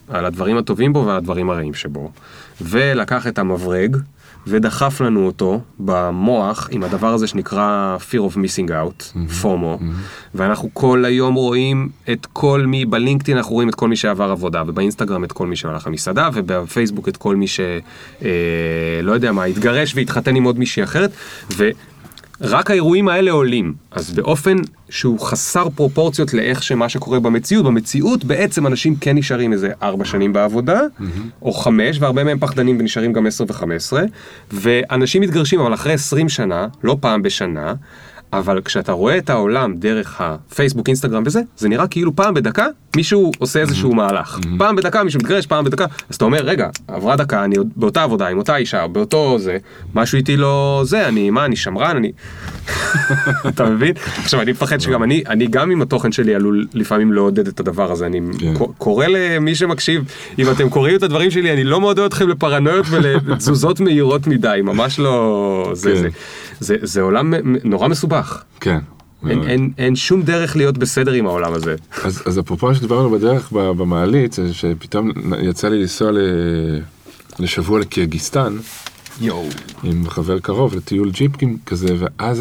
על הדברים הטובים בו ועל הדברים הרעים שבו, ולקח את המברג, ודחף לנו אותו במוח עם הדבר הזה שנקרא Fear of Missing Out, FOMO, ואנחנו כל היום רואים את כל מי, בלינקדאין אנחנו רואים את כל מי שעבר עבודה, ובאינסטגרם את כל מי שהלך למסעדה, ובפייסבוק את כל מי לא יודע מה, התגרש והתחתן עם עוד מישהי אחרת, רק האירועים האלה עולים, אז באופן שהוא חסר פרופורציות לאיך שמה שקורה במציאות בעצם אנשים כן נשארים איזה 4 שנים בעבודה, או 5, והרבה מהם פחדנים ונשארים גם 10 ו-15, ואנשים מתגרשים אבל אחרי 20 שנה, לא פעם בשנה, אבל כשאתה רואה את העולם דרך הפייסבוק, אינסטגרם וזה, זה נראה כאילו פעם בדקה מישהו עושה איזשהו מהלך. פעם בדקה מישהו מתגרש, פעם בדקה. אז אתה אומר, רגע, עברה דקה, אני באותה עבודה, עם אותה אישה, באותו זה, משהו איתי לא זה, אני שמרן, אתה מבין? עכשיו, אני מפחד שגם אני גם עם התוכן שלי עלול לפעמים לעודד את הדבר הזה. אני קורא למי שמקשיב, אם אתם קוראים את הדברים שלי, אני לא מעודד אתכם לפרנויות ולתזוזות מהירות מדי, ממש לא זה עולם נורא מסובך. כן. אין שום דרך להיות בסדר עם העולם הזה. אז אפרופו שדיברנו בדרך במעלית, שפתאום יצא לי לנסוע לשבוע לקירגיסטן, עם חבר קרוב, לטיול ג'יפים כזה, ואז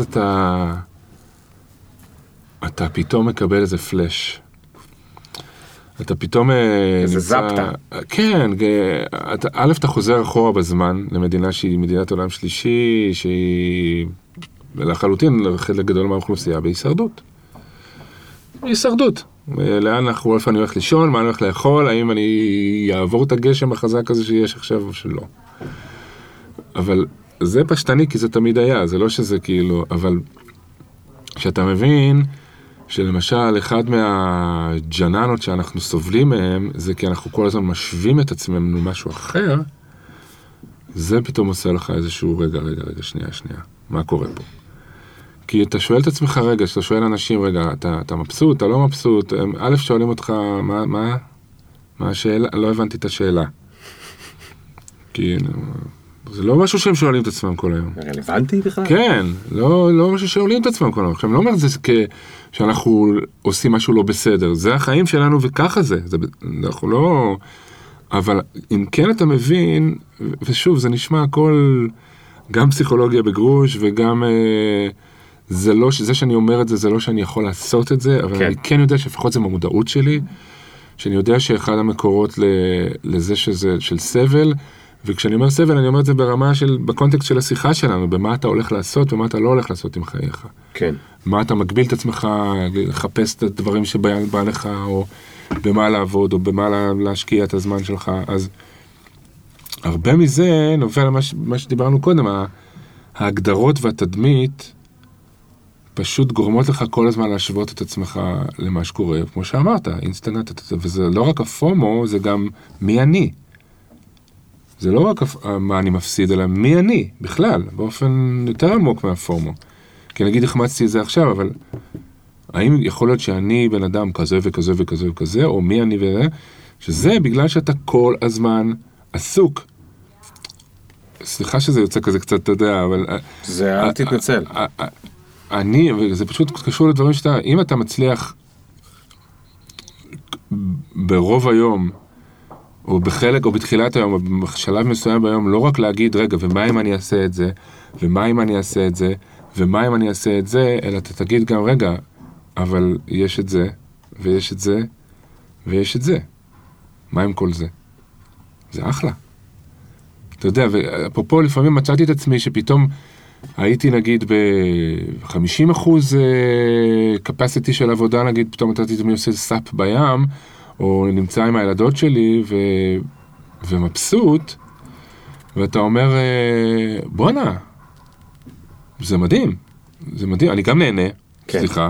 אתה פתאום מקבל איזה פלש. אתה פתאום איזה זפטה. כן, א', אתה חוזר אחורה בזמן, למדינה שהיא מדינת עולם שלישי, שהיא לחלוטין חלק גדול מהאוכלוסייה בהישרדות. הישרדות. לאן איפה אני הולך לישון, מה אני הולך לאכול, האם אני אעבור את הגשם החזק הזה שיש עכשיו או שלא. אבל זה פשטני כי זה תמיד היה, זה לא שזה כאילו, אבל שאתה מבין שלמשל אחד מהג'ננות שאנחנו סובלים מהם, זה כי אנחנו כל הזמן משווים את עצמנו למשהו אחר, זה פתאום עושה לך איזשהו רגע, שנייה, מה קורה פה? כי אתה שואל את עצמך רגע, שאתה שואל אנשים, רגע, אתה מבסוט, אתה לא מבסוט, א' שואלים אותך, מה השאלה? לא הבנתי את השאלה. כי זה לא משהו שהם שואלים את עצמם כל היום. רלוונטי בכלל? כן, לא משהו ששואלים את עצמם כל היום. עכשיו, אני לא אומר את זה שאנחנו עושים משהו לא בסדר, זה החיים שלנו וככה זה, אנחנו לא... אבל אם כן אתה מבין, ושוב, זה נשמע הכל, גם פסיכולוגיה בגרוש, וגם זה שאני אומר את זה, זה לא שאני יכול לעשות את זה, אבל אני כן יודע שלפחות זה במודעות שלי, שאני יודע שאחד המקורות לזה שזה של סבל, וכשאני אומר סבל, אני אומר את זה ברמה של, בקונטקסט של השיחה שלנו, במה אתה הולך לעשות ומה אתה לא הולך לעשות עם חייך. כן. מה אתה מגביל את עצמך, לחפש את הדברים שבא לך, או במה לעבוד, או במה להשקיע את הזמן שלך. אז הרבה מזה נובע למה שדיברנו קודם, ההגדרות והתדמית פשוט גורמות לך כל הזמן להשוות את עצמך למה שקורה, כמו שאמרת, אינסטנט, וזה לא רק הפומו, זה גם מי אני. זה לא רק מה אני מפסיד, אלא מי אני, בכלל, באופן יותר עמוק מהפורמו. כי נגיד החמצתי את זה עכשיו, אבל האם יכול להיות שאני בן אדם כזה וכזה וכזה וכזה, או מי אני וזה, שזה בגלל שאתה כל הזמן עסוק. סליחה שזה יוצא כזה קצת, אתה יודע, אבל... זה אל תתנצל. וזה פשוט קשור לדברים שאתה, אם אתה מצליח ברוב היום, או בחלק, או בתחילת היום, או בשלב מסוים ביום, לא רק להגיד, רגע, ומה אם אני אעשה את זה, ומה אם אני אעשה את זה, ומה אם אני אעשה את זה, אלא אתה תגיד גם, רגע, אבל יש את זה, ויש את זה, ויש את זה. מה עם כל זה? זה אחלה. אתה יודע, ואפרופו לפעמים מצאתי את עצמי שפתאום הייתי נגיד ב-50% capacity של עבודה, נגיד פתאום מצאתי את עצמי עושה סאפ בים, או נמצא עם הילדות שלי ומבסוט, ואתה אומר, בואנה, זה מדהים, אני גם נהנה, סליחה,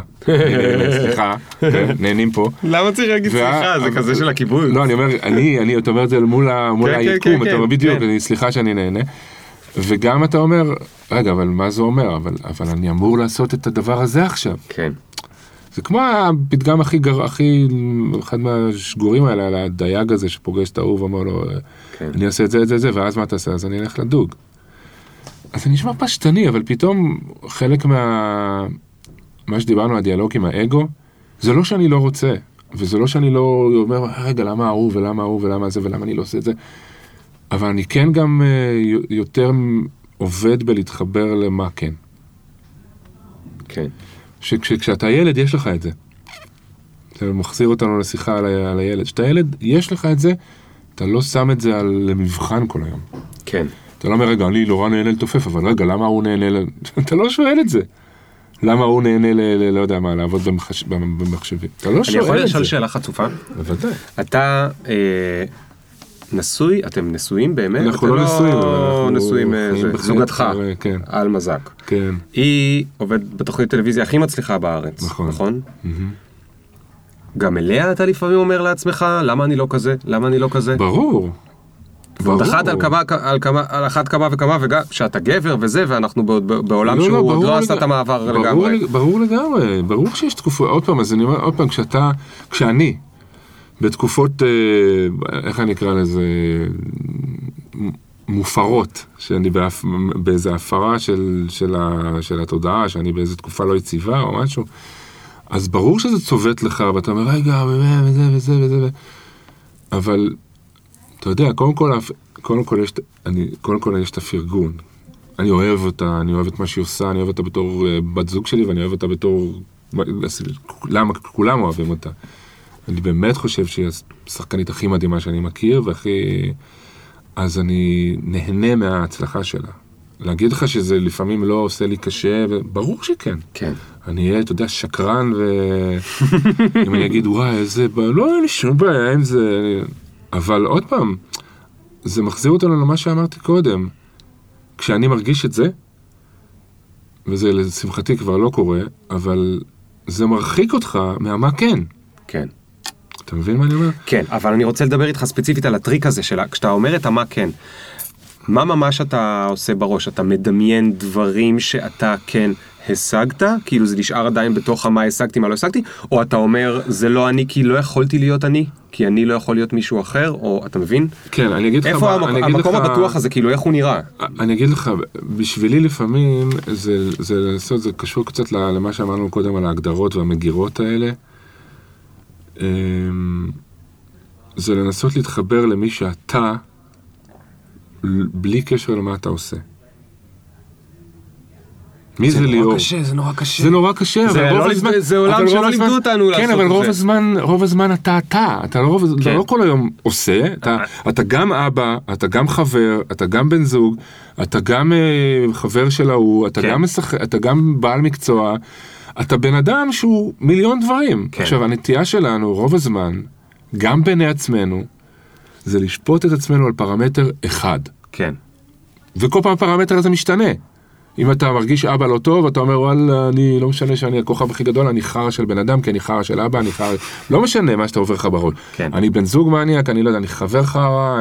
נהנים פה. למה צריך להגיד סליחה? זה כזה של הכיבוד. לא, אני אומר, אתה אומר את זה מול היקום, אתה אומר בדיוק, סליחה שאני נהנה, וגם אתה אומר, רגע, אבל מה זה אומר? אבל אני אמור לעשות את הדבר הזה עכשיו. כן. זה כמו הפתגם הכי, אחד מהשגורים האלה, על הדייג הזה שפוגש את האהוב, אמר לו, אני אעשה את זה, ואז מה תעשה? אז אני אלך לדוג. אז זה נשמע פשטני, אבל פתאום חלק מה שדיברנו, הדיאלוג עם האגו, זה לא שאני לא רוצה, וזה לא שאני לא אומר, רגע, למה ההוא ולמה ההוא ולמה זה ולמה אני לא עושה את זה, אבל אני כן גם יותר עובד בלהתחבר למה כן. כן. שכשאתה ילד, יש לך את זה. זה מחזיר אותנו לשיחה על הילד. כשאתה ילד, יש לך את זה, אתה לא שם את זה למבחן כל היום. כן. אתה לא אומר, רגע, אני נורא נהנה לתופף, אבל רגע, למה הוא נהנה אתה לא שואל את זה. למה הוא נהנה לא יודע מה, לעבוד במחשבים. אתה לא שואל את זה. אני יכול לשאול שאלה חצופה? בוודאי. אתה נשוי? אתם נשואים באמת? אנחנו לא נשואים. אנחנו נשואים זוגתך, על מזק. כן. היא עובדת בתוכנית טלוויזיה הכי מצליחה בארץ, נכון? גם אליה אתה לפעמים אומר לעצמך, למה אני לא כזה? למה אני לא כזה? ברור. ועוד על אחת כמה וכמה, וגם שאתה גבר וזה, ואנחנו בעולם שהוא עוד לא עשה את המעבר לגמרי. ברור לגמרי, ברור שיש תקופות, עוד פעם, אז אני אומר, עוד פעם, כשאני, בתקופות, איך אני אקרא לזה, מופרות, שאני באיזו הפרה של התודעה, שאני באיזו תקופה לא יציבה או משהו, אז ברור שזה צובט לך, ואתה אומר, רגע, וזה וזה וזה, אבל, אתה יודע, קודם כל יש את הפרגון. אני אוהב אותה, אני אוהב את מה שהיא עושה, אני אוהב אותה בתור בת זוג שלי, ואני אוהב אותה בתור, למה כולם אוהבים אותה. אני באמת חושב שהיא השחקנית הכי מדהימה שאני מכיר, אז אני נהנה מההצלחה שלה. להגיד לך שזה לפעמים לא עושה לי קשה, ברור שכן. כן. אני אהיה, אתה יודע, שקרן, אם אני אגיד, וואי, איזה, לא, אין לי שום בעיה עם זה. אבל עוד פעם, זה מחזיר אותנו למה שאמרתי קודם. כשאני מרגיש את זה, וזה לשמחתי כבר לא קורה, אבל זה מרחיק אותך מהמה כן. כן. אתה מבין מה אני אומר? כן, אבל אני רוצה לדבר איתך ספציפית על הטריק הזה שלה. כשאתה אומר את המה כן, מה ממש אתה עושה בראש? אתה מדמיין דברים שאתה כן השגת? כאילו זה נשאר עדיין בתוך מה השגתי, מה לא השגתי? או אתה אומר, זה לא אני כי לא יכולתי להיות אני? כי אני לא יכול להיות מישהו אחר? או אתה מבין? כן, אני אגיד לך... איפה המקום הבטוח הזה? כאילו איך הוא נראה? אני אגיד לך, בשבילי לפעמים זה קשור קצת למה שאמרנו קודם על ההגדרות והמגירות האלה. זה לנסות להתחבר למי שאתה בלי קשר למה אתה עושה. מי זה ליאור? זה נורא קשה. זה נורא קשה, זה עולם שלא לימדו אותנו לעשות את זה. כן, אבל רוב הזמן אתה לא כל היום עושה, אתה גם אבא, אתה גם חבר, אתה גם בן זוג, אתה גם חבר של ההוא, אתה גם בעל מקצוע, אתה בן אדם שהוא מיליון דברים. עכשיו, הנטייה שלנו, רוב הזמן, גם בעיני עצמנו, זה לשפוט את עצמנו על פרמטר אחד. כן. וכל פעם הפרמטר הזה משתנה. אם אתה מרגיש אבא לא טוב, אתה אומר, וואלה, אני לא משנה שאני הכוכב הכי גדול, אני חרא של בן אדם, כי אני חרא של אבא, אני חרא... לא משנה מה שאתה עובר לך בראש. כן. אני בן זוג מניאק, אני לא יודע, אני חבר חרא,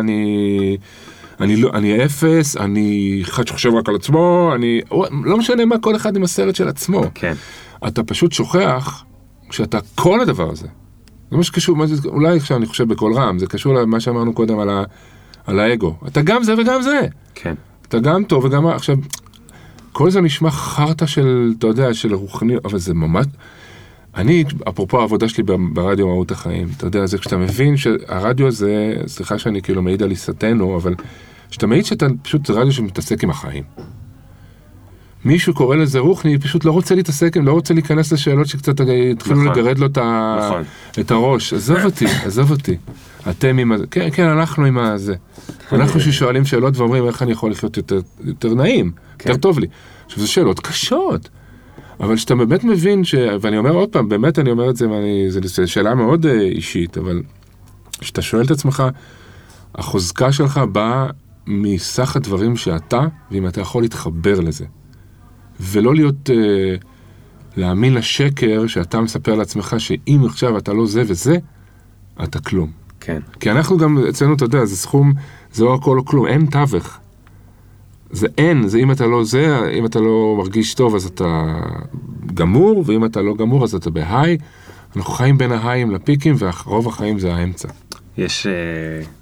אני אפס, אני אחד שחושב רק על עצמו, לא משנה מה כל אחד עם הסרט של עצמו. כן. אתה פשוט שוכח שאתה כל הדבר הזה. זה מה שקשור, אולי עכשיו אני חושב בכל רם, זה קשור למה שאמרנו קודם על האגו. אתה גם זה וגם זה. כן. אתה גם טוב וגם... עכשיו, כל זה נשמע חרטה של, אתה יודע, של רוחני, אבל זה ממש... אני, אפרופו העבודה שלי ברדיו מהות החיים, אתה יודע, זה כשאתה מבין שהרדיו הזה, סליחה שאני כאילו מעיד על עיסתנו, אבל כשאתה מעיד שאתה פשוט, זה רדיו שמתעסק עם החיים. מישהו קורא לזה רוחני, פשוט לא רוצה להתעסק, לא רוצה להיכנס לשאלות שקצת התחילו לגרד לו את הראש. עזוב אותי. אתם עם הזה. כן, אנחנו עם הזה. אנחנו ששואלים שאלות ואומרים איך אני יכול לחיות יותר נעים, יותר טוב לי. עכשיו, זה שאלות קשות. אבל שאתה באמת מבין ואני אומר עוד פעם, באמת אני אומר את זה, זו שאלה מאוד אישית, אבל שאתה שואל את עצמך, החוזקה שלך באה מסך הדברים שאתה, ואם אתה יכול להתחבר לזה. ולא להיות, להאמין לשקר שאתה מספר לעצמך שאם עכשיו אתה לא זה וזה, אתה כלום. כן. כי אנחנו גם, אצלנו, אתה יודע, זה סכום, זה לא הכל או כלום, אין תווך. זה אין, זה אם אתה לא זה, אם אתה לא מרגיש טוב אז אתה גמור, ואם אתה לא גמור אז אתה בהיי. אנחנו חיים בין ההיים לפיקים, ורוב החיים זה האמצע. יש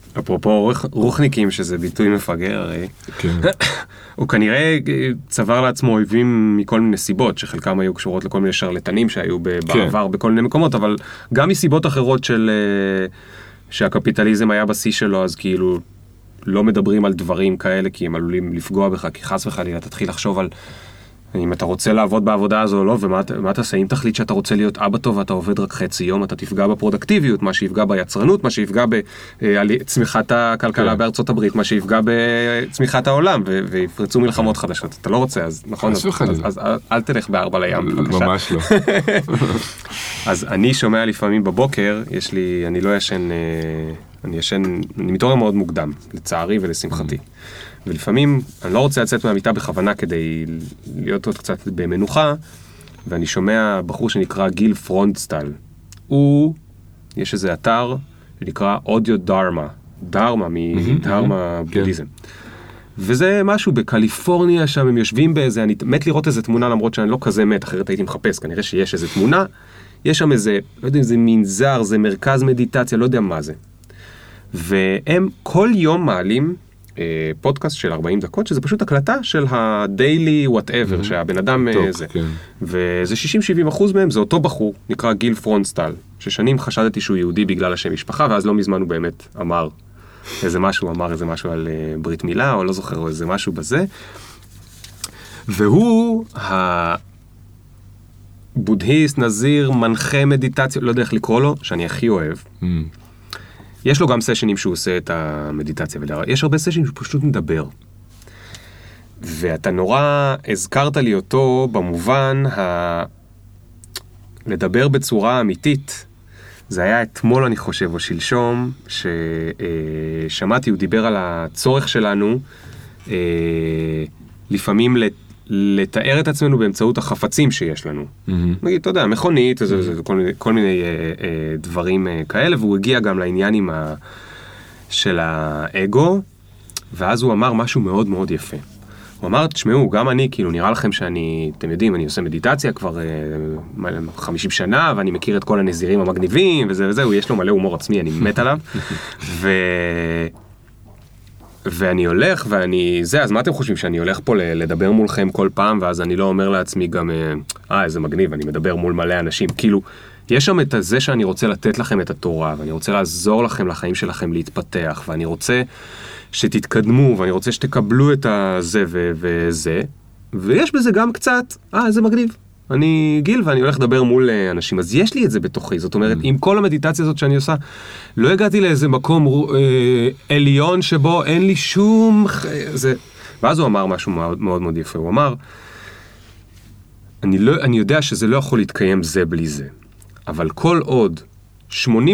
אפרופו רוחניקים, שזה ביטוי מפגר, הרי, כן. הוא כנראה צבר לעצמו אויבים מכל מיני סיבות, שחלקם היו קשורות לכל מיני שרלטנים שהיו בעבר בכל מיני מקומות, אבל גם מסיבות אחרות שהקפיטליזם היה בשיא שלו, אז כאילו לא מדברים על דברים כאלה, כי הם עלולים לפגוע בך, כי חס וחלילה תתחיל לחשוב על אם אתה רוצה לעבוד בעבודה הזו או לא, ומה תעשה? אם תחליט שאתה רוצה להיות אבא טוב ואתה עובד רק חצי יום, אתה תפגע בפרודקטיביות, מה שיפגע ביצרנות, מה שיפגע בצמיחת הכלכלה בארצות הברית, מה שיפגע בצמיחת העולם, ויפרצו מלחמות חדשות. אתה לא רוצה, אז נכון? אז אל תלך בארבע לים, בבקשה. ממש לא. אז אני שומע לפעמים בבוקר, אני לא ישן, אני מתעורר מאוד מוקדם, לצערי ולשמחתי. ולפעמים אני לא רוצה לצאת מהמיטה בכוונה כדי להיות עוד קצת במנוחה, ואני שומע בחור שנקרא גיל פרונדסטל. יש איזה אתר שנקרא אודיו דרמה, דרמה מדרמה בודהיזם. וזה משהו בקליפורניה, שם הם יושבים באיזה, אני מת לראות איזה תמונה, למרות שאני לא כזה מת, אחרת הייתי מחפש, כנראה שיש איזה תמונה, יש שם איזה, לא יודע אם זה מנזר, זה מרכז מדיטציה, לא יודע מה זה. והם כל יום מעלים פודקאסט של 40 דקות, שזה פשוט הקלטה של ה-daily whatever, שהבן אדם זה. וזה 60-70% מהם, זה אותו בחור, נקרא גיל פרונדסטל, ששנים חשדתי שהוא יהודי בגלל השם משפחה, ואז לא מזמן הוא באמת אמר איזה משהו על ברית מילה, או לא זוכר, או איזה משהו בזה. והוא הבודהיסט, נזיר, מנחה מדיטציה, לא יודע איך לקרוא לו, שאני הכי אוהב. יש לו גם סשנים שהוא עושה את המדיטציה, יש הרבה סשנים שהוא פשוט מדבר. ואתה נורא הזכרת לי אותו במובן לדבר בצורה אמיתית. זה היה אתמול, אני חושב, או שלשום, ששמעתי, הוא דיבר על הצורך שלנו לפעמים לתאר את עצמנו באמצעות החפצים שיש לנו. נגיד, אתה יודע, מכונית, כל מיני דברים כאלה, והוא הגיע גם לעניין של האגו, ואז הוא אמר משהו מאוד מאוד יפה. הוא אמר, תשמעו, גם אני, כאילו, נראה לכם שאני, אתם יודעים, אני עושה מדיטציה כבר 50 שנה, ואני מכיר את כל הנזירים המגניבים, וזהו, יש לו מלא הומור עצמי, אני מת עליו. ואני הולך, אז מה אתם חושבים, שאני הולך פה לדבר מולכם כל פעם, ואז אני לא אומר לעצמי גם, איזה מגניב, אני מדבר מול מלא אנשים. כאילו, יש שם את זה שאני רוצה לתת לכם את התורה, ואני רוצה לעזור לכם לחיים שלכם להתפתח, ואני רוצה שתתקדמו, ואני רוצה שתקבלו את הזה וזה, ויש בזה גם קצת, איזה מגניב. אני גיל ואני הולך לדבר מול אנשים, אז יש לי את זה בתוכי, זאת אומרת, עם כל המדיטציה הזאת שאני עושה, לא הגעתי לאיזה מקום עליון שבו אין לי שום... ואז הוא אמר משהו מאוד מאוד מאוד יפה, הוא אמר, אני יודע שזה לא יכול להתקיים זה בלי זה, אבל כל עוד 80%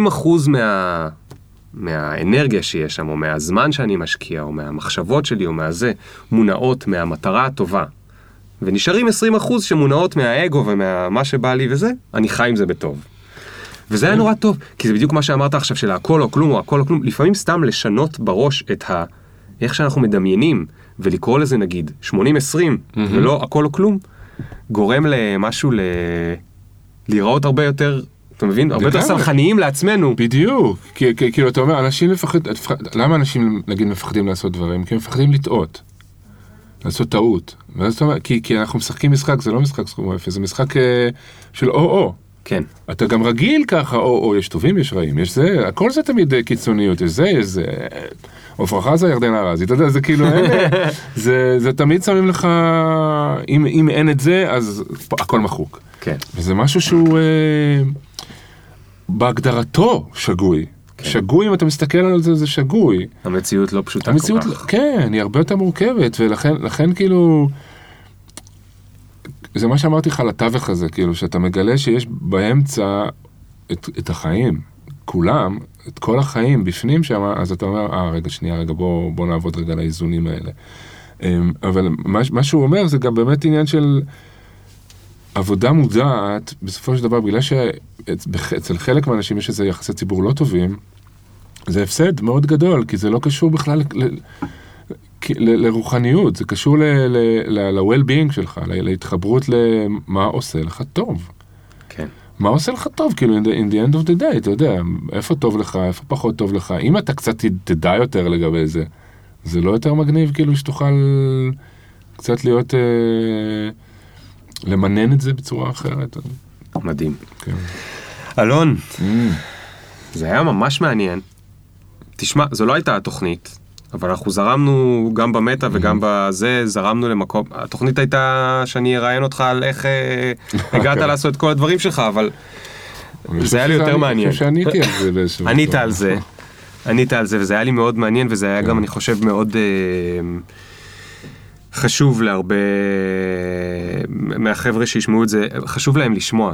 מהאנרגיה שיש שם, או מהזמן שאני משקיע, או מהמחשבות שלי, או מהזה, מונעות מהמטרה הטובה, ונשארים 20% שמונעות מהאגו ומה שבא לי וזה, אני חי עם זה בטוב. וזה היה נורא טוב, כי זה בדיוק מה שאמרת עכשיו של הכל או כלום או הכל או כלום, לפעמים סתם לשנות בראש איך שאנחנו מדמיינים, ולקרוא לזה נגיד 80-20, ולא הכל או כלום, גורם למשהו לראות הרבה יותר, אתה מבין? הרבה יותר סלחניים לעצמנו. בדיוק, כאילו אתה אומר, אנשים למה אנשים נגיד מפחדים לעשות דברים? כי הם מפחדים לטעות. לעשות טעות. ואז אתה אומר, כי אנחנו משחקים משחק, זה לא משחק סכום אפס, זה משחק של או-או. כן. אתה גם רגיל ככה, או-או, יש טובים, יש רעים, יש זה, הכל זה תמיד קיצוניות, יש זה, עפרה חזה, ירדנה ארזי, אתה יודע, זה כאילו, זה תמיד שמים לך, אם אין את זה, אז הכל מחוק. כן. וזה משהו שהוא בהגדרתו שגוי. שגוי, אם אתה מסתכל על זה, זה שגוי. המציאות לא פשוטה כל כך. כן, היא הרבה יותר מורכבת, ולכן כאילו, זה מה שאמרתי לך על התווך הזה, כאילו, שאתה מגלה שיש באמצע את החיים, כולם, את כל החיים בפנים שם, אז אתה אומר, רגע, בוא נעבוד רגע לאיזונים האלה. אבל מה שהוא אומר, זה גם באמת עניין של עבודה מודעת, בסופו של דבר, בגלל שאצל חלק מהאנשים יש איזה יחסי ציבור לא טובים, זה הפסד מאוד גדול, כי זה לא קשור בכלל לרוחניות, זה קשור ל-well-being שלך, להתחברות למה עושה לך טוב. כן. מה עושה לך טוב? כאילו, in the end of the day, אתה יודע, איפה טוב לך, איפה פחות טוב לך. אם אתה קצת תדע יותר לגבי זה, זה לא יותר מגניב, כאילו, שתוכל קצת להיות, למנן את זה בצורה אחרת. מדהים. כן. אלון, זה היה ממש מעניין. תשמע, זו לא הייתה התוכנית, אבל אנחנו זרמנו גם במטה וגם בזה, זרמנו למקום. התוכנית הייתה שאני אראיין אותך על איך הגעת לעשות את כל הדברים שלך, אבל זה היה לי יותר מעניין. אני חושב שעניתי על זה באיזשהו... ענית על זה, וזה היה לי מאוד מעניין, וזה היה גם, אני חושב, מאוד חשוב להרבה מהחבר'ה שישמעו את זה, חשוב להם לשמוע,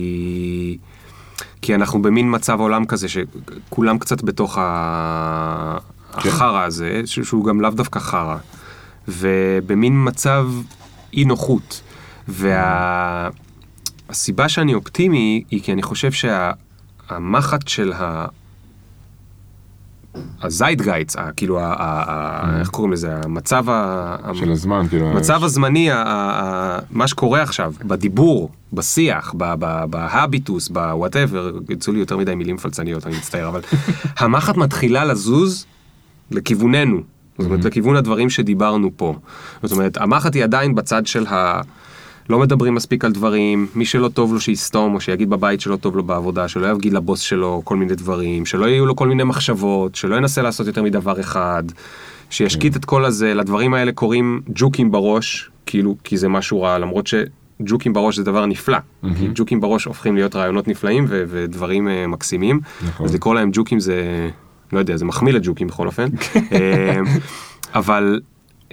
כי אנחנו במין מצב עולם כזה, שכולם קצת בתוך החרה הזה, שהוא גם לאו דווקא חרה, ובמין מצב אי נוחות. והסיבה שאני אופטימי היא כי אני חושב שהמחט של הזיידגייץ, כאילו, איך קוראים לזה, המצב של הזמן, כאילו... המצב הזמני, מה שקורה עכשיו, בדיבור, בשיח, בהביטוס, בוואטאבר, יצאו לי יותר מדי מילים פלצניות, אני מצטער, אבל המחט מתחילה לזוז לכיווננו, זאת אומרת, לכיוון הדברים שדיברנו פה. זאת אומרת, המחט היא עדיין בצד של לא מדברים מספיק על דברים, מי שלא טוב לו שיסתום, או שיגיד בבית שלא טוב לו בעבודה, שלא יגיד לבוס שלו כל מיני דברים, שלא יהיו לו כל מיני מחשבות, שלא ינסה לעשות יותר מדבר אחד, שישקיט את כל הזה. לדברים האלה קוראים ג'וקים בראש, כאילו, כי זה משהו רע, למרות שג'וקים בראש זה דבר נפלא. כי ג'וקים בראש הופכים להיות רעיונות נפלאים ודברים מקסימים. אז לקרוא להם ג'וקים זה, לא יודע, זה מחמיא לג'וקים בכל אופן. אבל...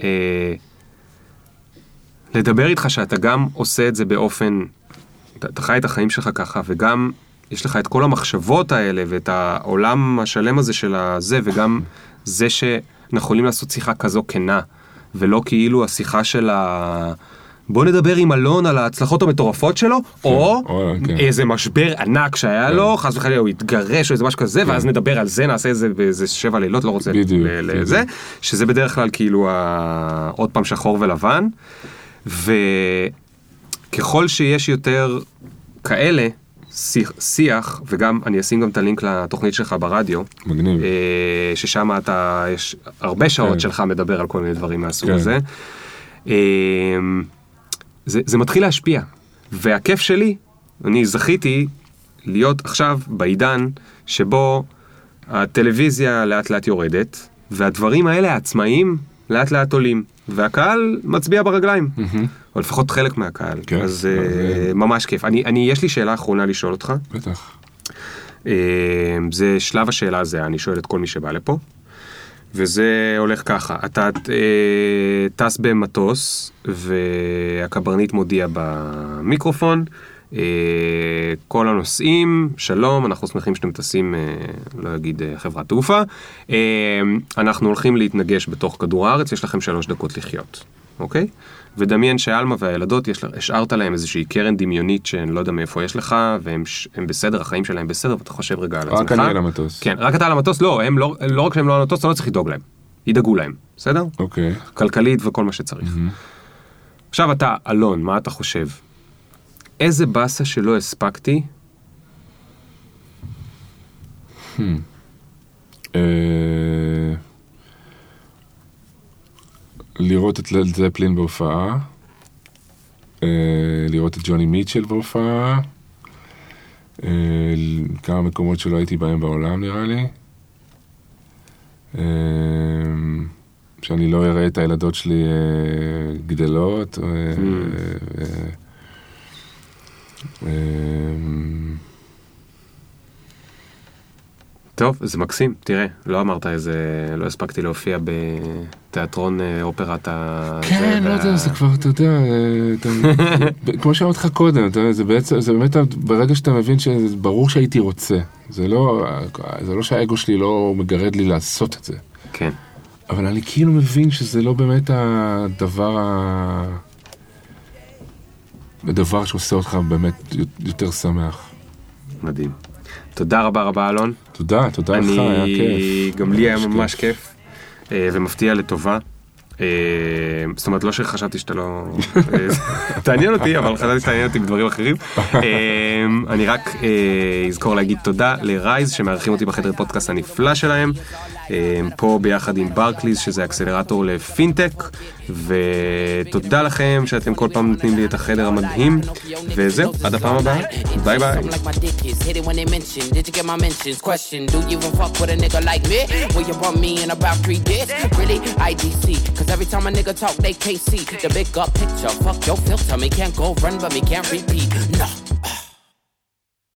לדבר איתך שאתה גם עושה את זה באופן, אתה חי את החיים שלך ככה, וגם יש לך את כל המחשבות האלה, ואת העולם השלם הזה של הזה, וגם זה שאנחנו יכולים לעשות שיחה כזו כנה, ולא כאילו השיחה של בוא נדבר עם אלון על ההצלחות המטורפות שלו, או איזה משבר ענק שהיה לו, חס וחלילה הוא יתגרש או איזה משהו כזה, ואז נדבר על זה, נעשה איזה 7 לילות, לא רוצה לזה, שזה בדרך כלל כאילו עוד פעם שחור ולבן, וככל שיש יותר כאלה, שיח, וגם אני אשים גם את הלינק לתוכנית שלך ברדיו, מגניב. ששם יש הרבה שעות שלך מדבר על כל מיני דברים מהסוג הזה. זה מתחיל להשפיע. והכיף שלי, אני זכיתי להיות עכשיו בעידן שבו הטלוויזיה לאט לאט יורדת, והדברים האלה העצמאיים לאט לאט עולים. והקהל מצביע ברגליים, או לפחות חלק מהקהל. אז ממש כיף. יש לי שאלה אחרונה לשאול אותך. בטח. זה שלב השאלה הזה, אני שואל את כל מי שבא לפה, וזה הולך ככה, אתה טס במטוס, והקברניט מודיע במיקרופון, כל הנוסעים, שלום, אנחנו שמחים שאתם טסים, לא אגיד חברת תעופה, אנחנו הולכים להתנגש בתוך כדור הארץ, יש לכם 3 דקות לחיות, אוקיי? ודמיין שאלמה והילדות, השארת להם איזושהי קרן דמיונית שאני לא יודע מאיפה יש לך, והם בסדר, החיים שלהם בסדר, ואתה חושב רגע על עצמך. רק אני על המטוס. כן, רק אתה על המטוס, לא רק שהם לא על המטוס, אתה לא צריך לדאוג להם, ידאגו להם, בסדר? אוקיי. כלכלית וכל מה שצריך. עכשיו אתה, אלון, מה אתה חושב? איזה בסה שלא הספקתי? לראות את לד זפלין בהופעה, לראות את ג'וני מיטשל בהופעה, כמה מקומות שלא הייתי בהם בעולם נראה לי, שאני לא אראה את הילדות שלי גדלות, טוב, זה מקסים, תראה, לא אמרת איזה, לא הספקתי להופיע בתיאטרון אופרת כן, לא יודע, זה כבר, אתה יודע, כמו שאמרתי לך קודם, זה באמת, ברגע שאתה מבין שברור שהייתי רוצה, זה לא שהאגו שלי לא מגרד לי לעשות את זה. כן. אבל אני כאילו מבין שזה לא באמת הדבר שעושה אותך באמת יותר שמח. מדהים. תודה רבה אלון. תודה לך, היה כיף. גם לי היה ממש כיף, ומפתיע לטובה. זאת אומרת, לא שחשבתי שאתה לא תעניין אותי, אבל חשבתי שתעניין אותי בדברים אחרים. אני רק אזכור להגיד תודה לרייז שמארחים אותי בחדר פודקאסט הנפלא שלהם, פה ביחד עם ברקליז שזה אקסלרטור לפינטק, ותודה לכם שאתם כל פעם נותנים לי את החדר המדהים, וזהו, עד הפעם הבאה, ביי ביי. Cause every time a nigga talk, they can't see the big up picture. Fuck your filter, me can't go run, but me can't repeat. No.